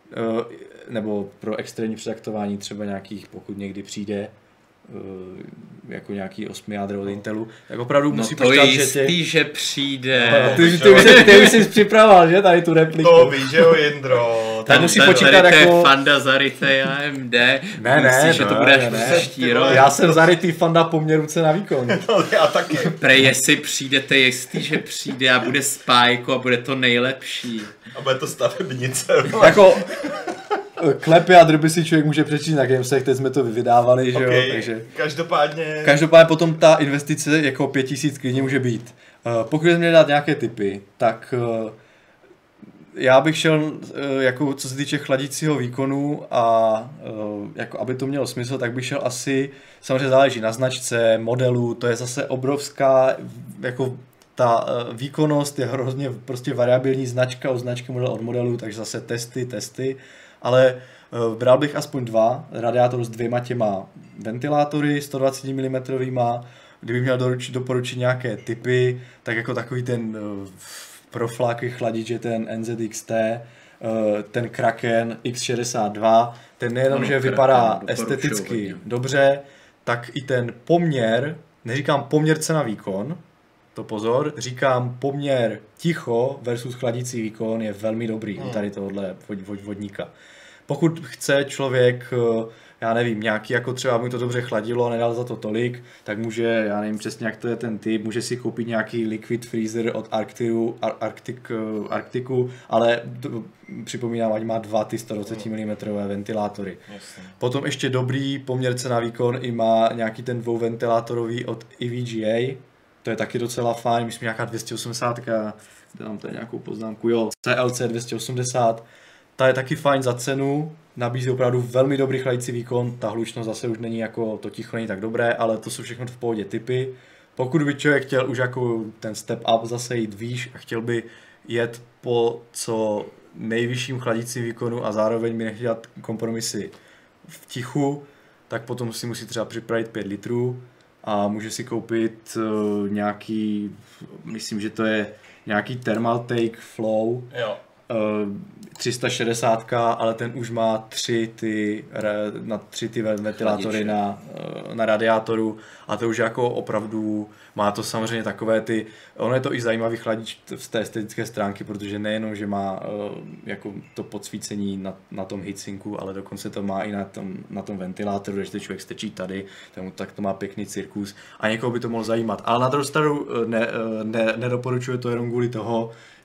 nebo pro extrémní přetaktování třeba nějakých, pokud někdy přijde jako nějaký 8 jádro od Intelu, tak opravdu musí počítat, že přijde. Ty už jsi připravoval, že, tady tu repliku. To víš, že jo, Jindro. Tak musí počítat jako... To je fanda zarytej AMD. Ne, že to bude až příští rok. Já jsem zarytý fanda poměru cena na výkon. No, já taky. Prej, jestli přijdete jistý, že přijde a bude spájko a bude to nejlepší. A bude to stavebnice. Jako... Klepy a drby si člověk může přečíst na Gamesech, teď jsme to vydávali, že jo, takže... Každopádně potom ta investice jako 5000 klidně může být. Pokud jsme měli dát nějaké tipy, tak já bych šel, jako co se týče chladícího výkonu a jako aby to mělo smysl, tak bych šel asi, samozřejmě záleží na značce, modelu, to je zase obrovská, jako ta výkonnost je hrozně prostě variabilní značka od značky, model od modelu, takže zase testy, ale bral bych aspoň 2 radiátor s 2 těma ventilátory 120 mm, kdybych měl doporučit nějaké typy, tak jako takový ten profláky chladič je ten NZXT, ten Kraken X62, ten nejenom, že vypadá esteticky dobře, tak i ten poměr, neříkám poměr cena výkon, to pozor, říkám poměr ticho versus chladící výkon je velmi dobrý u tady tohohle vodníka. Pokud chce člověk, já nevím, nějaký jako třeba mu to dobře chladilo a nedal za to tolik, tak může, já nevím přesně jak to je ten typ, může si koupit nějaký liquid freezer od Arcticu, ale připomínám, ať má 2 ty 120 mm ventilátory. Jasně. Potom ještě dobrý poměr cena výkon i má nějaký ten dvouventilátorový od EVGA, to je taky docela fajn, myslím nějaká 280, dám tady nějakou poznámku, jo, CLC 280, ta je taky fajn za cenu, nabízí opravdu velmi dobrý chladicí výkon, ta hlučnost zase už není jako, to ticho není tak dobré, ale to jsou všechno v pohodě typy. Pokud by člověk chtěl už jako ten step up zase jít výš a chtěl by jet po co nejvyšším chladicím výkonu a zároveň by nechtěl dělat kompromisy v tichu, tak potom si musí třeba připravit 5 litrů a může si koupit nějaký, myslím, že to je nějaký Thermaltake Flow, jo. 360, ale ten už má 3 ty ventilátory na radiátoru a to už jako opravdu má to samozřejmě takové ty, ono je to i zajímavý chladič z té estetické stránky, protože nejenom, že má jako to podsvícení na tom heatsinku, ale dokonce to má i na tom ventilátoru, když ten člověk stečí tady, tak to má pěkný cirkus a někoho by to mohlo zajímat. Ale na druhou stranu nedoporučuji to jenom kvůli toho, že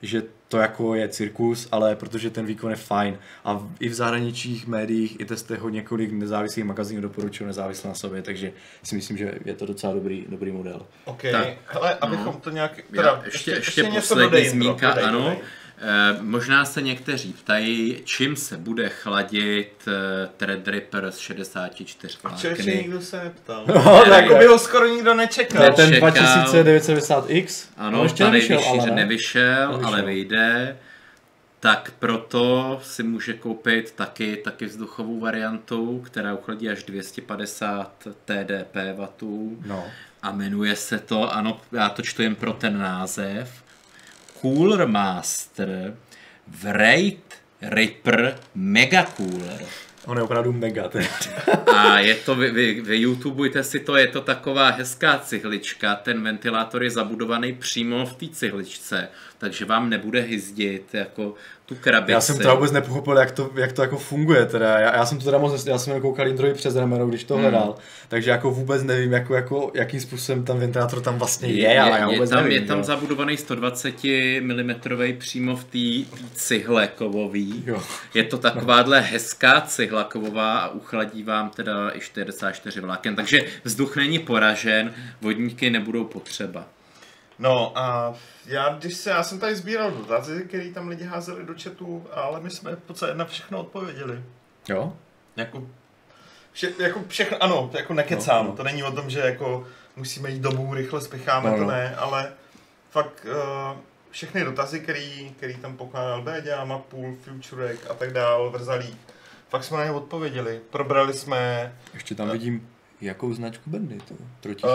to jako je cirkus, ale protože ten výkon je fajn. A i v zahraničních médiích, i testech ho několik nezávislých magazínů doporučují nezávisle na sobě, takže si myslím, že je to docela dobrý model. OK, Tak, hele, abychom to nějak... Teda, ještě něco poslední dodej, zmínka, dodej. ano. Možná se někteří ptají, čím se bude chladit Threadripper z 64 Čeče, vlákny. nikdo se neptal. No, Tak jako by ho skoro nikdo To je nečekal. ten Čekal. 2990X? Ano, ještě ta nevyšel, nejvyšší, ale že ne? nevyšel, ale vyjde. Tak proto si může koupit taky vzduchovou variantu, která uchladí až 250 TDP wattů. No. A jmenuje se to, ano, já to čtu jen pro ten název, Cooler Master Wraith Ripper Mega Cooler. On je opravdu mega. A je to, vy YouTubujte si to, je to taková hezká cihlička, ten ventilátor je zabudovaný přímo v té cihličce, takže vám nebude hyzdit jako tu krabici. Já jsem teda vůbec nepochopil, jak to jako funguje teda. Já jsem to teda já jsem koukal Indroji přes rameno, když to hledal, takže jako vůbec nevím, jakým způsobem ten ventilátor tam vlastně je, ale já vůbec nevím. Je tam zabudovaný 120 mm přímo v té cihle kovový. Jo. Je to takováhle hezká cihla kovová a uchladí vám teda i 44 vláken, takže vzduch není poražen, vodníky nebudou potřeba. No a já jsem tady sbíral dotazy, který tam lidi házeli do chatu, ale my jsme v podstatě na všechno odpověděli. Jo? Jako všechno, ano, jako nekecám, No. to není o tom, že jako musíme jít domů, rychle spěcháme, to ne, ale fakt všechny dotazy, který tam pokládal Béďa, Mapul, Futurek a tak dál, Vrzalík, fakt jsme na ně odpověděli. Probrali jsme... Ještě tam vidím, jakou značku Bendy to? Trotichý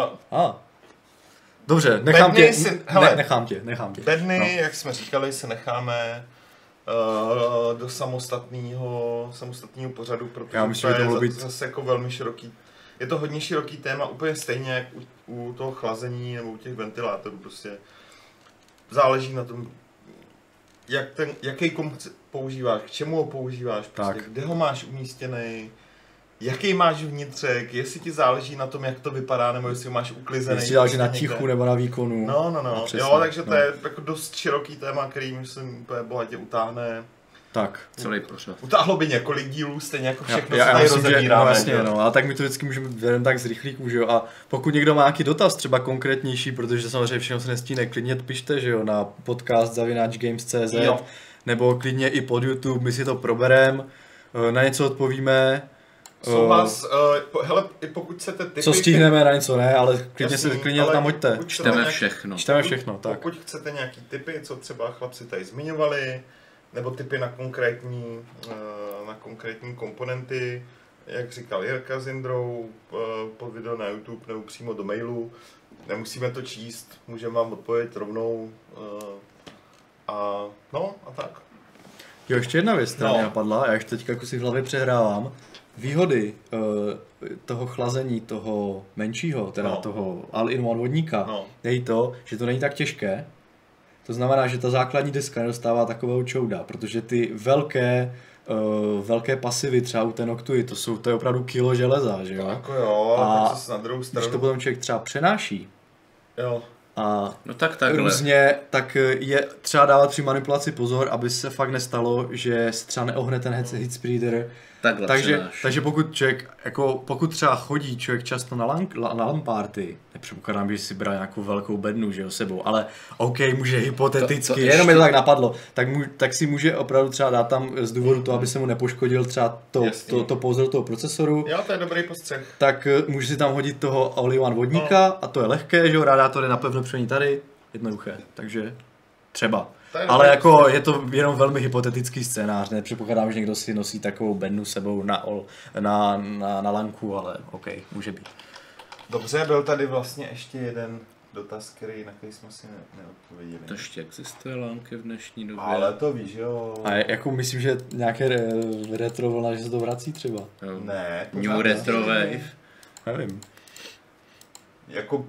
Dobře, nechám tě. Bedny, No. jak jsme říkali, se necháme do samostatného pořadu, protože Já myslím, to že to je mohlo být... zase jako velmi široký. Je to hodně široký téma, úplně stejně jak u toho chlazení nebo u těch ventilátorů. Prostě záleží na tom, jaký komp používáš, k čemu ho používáš, prostě, kde ho máš umístěný, jaký máš vnitřek, jestli ti záleží na tom, jak to vypadá, nebo jestli ho máš uklizený. Jestli záleží na tichu nebo na výkonu. No. Přesně, jo, takže to je jako dost široký téma, který myslím úplně bohatě utáhne. Tak. Celý pořad. Utáhlo by několik dílů, stejně jako všechno, já co tady myslím, rozebíráme. No jasně, no, a tak my to vždycky můžeme jen tak z rychlíků, že jo, a pokud někdo má nějaký dotaz, třeba konkrétnější, protože samozřejmě všechno se nestíne, klidně pište, že jo, na podcast@games.cz nebo klidně i pod YouTube, my si to probereme, na něco odpovíme. Souhlas, hele, i pokud chcete tipy... Co stihneme, na něco ne, ale klidně tam hoďte. Čteme všechno. Čteme všechno, tak. Pokud chcete nějaký tipy, co třeba chlapci tady zmiňovali, nebo tipy na konkrétní komponenty, jak říkal Jirka s Jindrou, pod video na YouTube nebo přímo do mailu. Nemusíme to číst, můžeme vám odpovědět rovnou. A tak. Jo, ještě jedna věc, která mě napadla, já ještě teďka jako si v hlavě přehrávám. Výhody toho chlazení, toho menšího, teda toho all-in-one vodníka, je to, že to není tak těžké. To znamená, že ta základní deska nedostává takového čouda, protože ty velké pasivy, třeba u té Noctui, to je opravdu kilo železa, že jo? Jako jo, a tak na druhou stranu... když to potom člověk třeba přenáší, a no tak různě, tak je třeba dávat při manipulaci pozor, aby se fakt nestalo, že se třeba neohne ten heat spreader. Takže pokud třeba chodí člověk často na LAN party, nepředpokládám, že si bral nějakou velkou bednu, že jo, sebou, ale OK, může hypoteticky, jenom mi to tak napadlo, tak si může opravdu třeba dát tam z důvodu toho, aby se mu nepoškodil třeba to pouzdro toho procesoru. Jo, to je dobrý postřeh. Tak může si tam hodit toho all-in-one vodníka a to je lehké, že jo, radiátor je napevno přený tady, jednoduché, takže třeba. Ale jako je to jenom velmi hypotetický scénář, nepředpokládám, že někdo si nosí takovou bednu sebou na lanku, ale OK, může být. Dobře, byl tady vlastně ještě jeden dotaz, na který jsme si neodpověděli. To ještě existuje lánky v dnešní době. Ale to víš, jo. A jako myslím, že nějaké retro vlna, že se to vrací třeba. Jo. Ne. New retro wave. Nevím. Jako...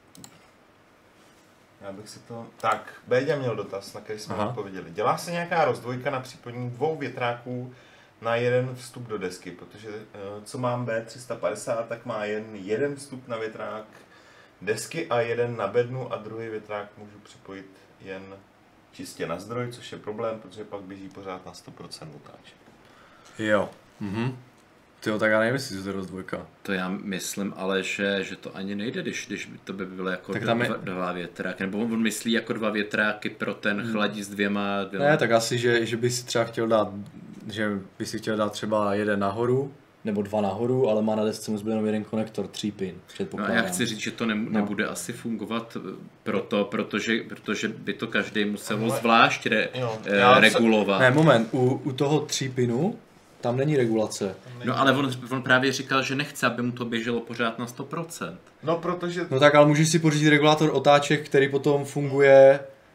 Já bych si to... Tak, Béďa měl dotaz, na který jsme odpověděli. Dělá se nějaká rozdvojka na připojení 2 větráků na jeden vstup do desky, protože co mám B350, tak má jen jeden vstup na větrák desky a jeden na bednu a druhý větrák můžu připojit jen čistě na zdroj, což je problém, protože pak běží pořád na 100% otáček. Jo. Tyjo, tak já nevím, jestli to je rozdvojka. To já myslím, ale že to ani nejde, když to by bylo jako dva větráky. Nebo on myslí jako 2 větráky pro ten chladí s dvěma. Ne, tak asi, že by si třeba chtěl dát, že by si chtěl dát třeba jeden nahoru, nebo 2 nahoru, ale má na desce musí být jenom jeden konektor 3-pin, předpokládám. No a já chci říct, že to nebude asi fungovat protože by to každý musel zvlášť regulovat. Ne, moment, u toho 3-pinu tam není regulace. No ale on právě říkal, že nechce, aby mu to běželo pořád na 100%. No protože... No tak ale můžeš si pořídit regulátor otáček, který potom funguje,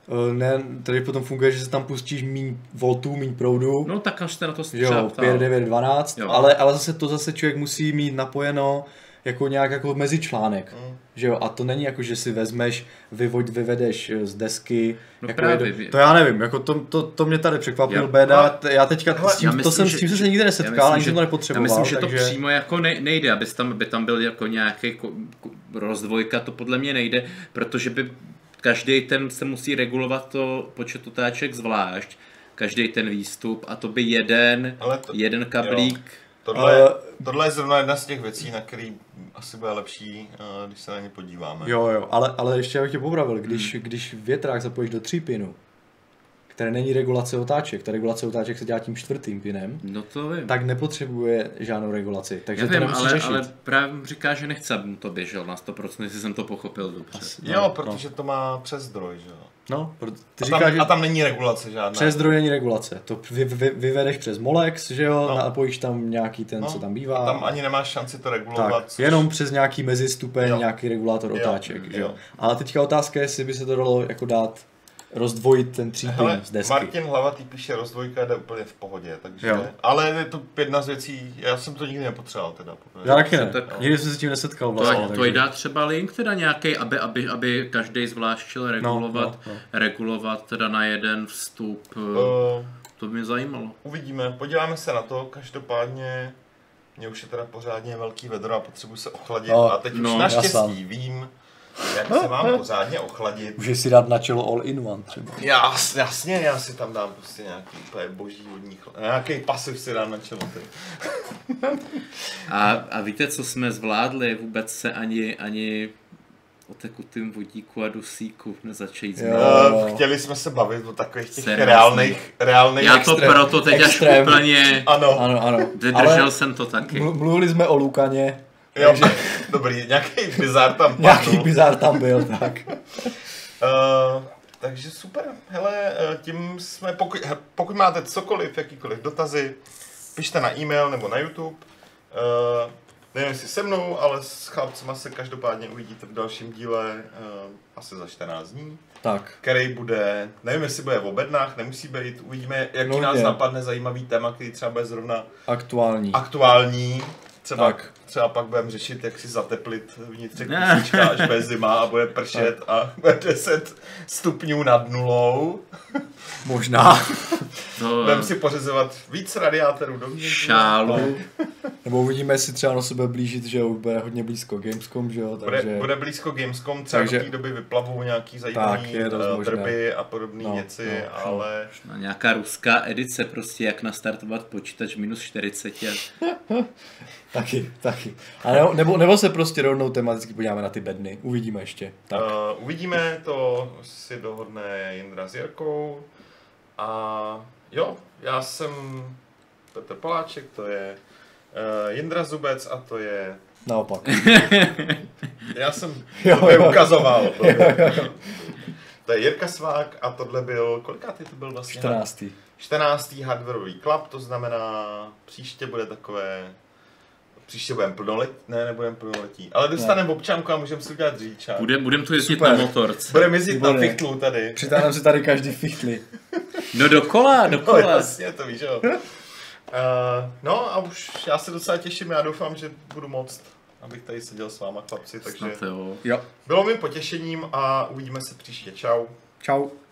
že se tam pustíš míň voltů, míň proudu. No tak až se na to třeba ptá. 5, 9, 12, ale zase člověk musí mít napojeno jako nějak jako mezičlánek, že jo, a to není jako, že si vezmeš, vyvedeš z desky, no jako právě, to já nevím, jako to mě tady překvapil Béda, já teďka s tím jsem se nikdy nesetkal, ani jsem to nepotřeboval. Já myslím, že to přímo jako nejde, aby tam byl jako nějaký rozdvojka, to podle mě nejde, protože by každý ten se musí regulovat to počet otáček zvlášť, každý ten výstup a to by jeden kablík. Tohle je zrovna jedna z těch věcí, na který asi bude lepší, když se na ně podíváme. Jo, ale ještě bych tě popravil, když větrák zapojíš do 3-pinu, které není regulace otáček, ta regulace otáček se dělá tím 4. pinem, no to vím. Tak nepotřebuje žádnou regulaci, takže já to nemusíš řešit. Ale právě říká, že nechce, aby mu to běžel na 100%, jestli jsem to pochopil dobře. Protože to má přes zdroj, že jo. No, a tam není regulace žádná. Přes zdroj není regulace, to vyvedeš přes Molex, že jo, napojíš tam nějaký ten, co tam bývá. Tam ani nemáš šanci to regulovat. Tak, jenom přes nějaký mezistupeň, nějaký regulátor otáček, že jo. Ale teďka otázka je, jestli by se to dalo jako dát rozdvojit ten 3-pin z desky. Martin Hlavatý píše, rozdvojka jde úplně v pohodě, takže, ale je to jedna z věcí, já jsem to nikdy nepotřeboval teda. Já taky ne, nikdy jsem se s tím nesetkal vlastně. To dá třeba link teda nějaký, aby každý zvlášť chtěl regulovat teda na jeden vstup, to by mě zajímalo. Uvidíme, podíváme se na to, každopádně mě už je teda pořádně velký vedro a potřebuji se ochladit a teď už naštěstí vím, jak se mám pořádně ochladit. Můžeš si dát na čelo all-in-one třeba. Jasně, já si tam dám prostě nějaký úplně boží vodní chlad. Nějaký pasiv si dám na čelo. A víte, co jsme zvládli? Vůbec se ani o tekutým vodíku a dusíku nezačít změnit. Chtěli jsme se bavit o takových těch reálných já to proto teď až úplně... Ano. Vydržel jsem to taky. Mluvili jsme o Lukaně. Jo, dobrý, nějaký bizár tam padl. Nějaký bizár tam byl, tak. Takže super, hele, tím jsme, pokud máte cokoliv, jakýkoliv dotazy, pište na e-mail nebo na YouTube. Nevím jestli se mnou, ale s chlapcema se každopádně uvidíte v dalším díle asi za 14 dní. Tak. Který bude, nevím jestli bude v obednách, nemusí být, uvidíme, jaký nás napadne zajímavý téma, který třeba bude zrovna aktuální. Třeba pak budeme řešit, jak si zateplit vnitřek kusíčka, až bude zima a bude pršet a bude 10 stupňů nad nulou. Možná. Budeme si pořizovat víc radiátorů dovnitř. Šálu. Nebo uvidíme, jestli třeba na sebe blížit, že už bude hodně blízko Gamescom, že jo. Takže... Bude blízko Gamescom, třeba do té doby vyplavou nějaký zajímavý drby a podobné věci, ale... Nějaká ruská edice, prostě jak nastartovat počítač minus 40. Taky. A nebo se prostě rovnou tematicky podíváme na ty bedny. Uvidíme ještě. Tak. Uvidíme, to si dohodne Jindra s Jirkou. A jo, já jsem Petr Poláček, to je Jindra Zubec a to je... Naopak. Já jsem to ukazoval. To je Jirka Svák a tohle byl, kolikátý to byl vlastně? 14. hardwareový klub, to znamená příště bude takové... Příště budeme plnoletí, nebudeme plnoletí, ale dostaneme občanku a můžeme si udělat řidičák. Budeme tu jezdit na motorce. Budeme jezdit na fichtlu tady. Přitáhneme si tady každý fichtli. No dokola. No jasně, to víš, jo. No a už já se docela těším, já doufám, že budu moct, abych tady seděl s váma chlapci, takže jo. Bylo mi potěšením a uvidíme se příště. Čau. Čau.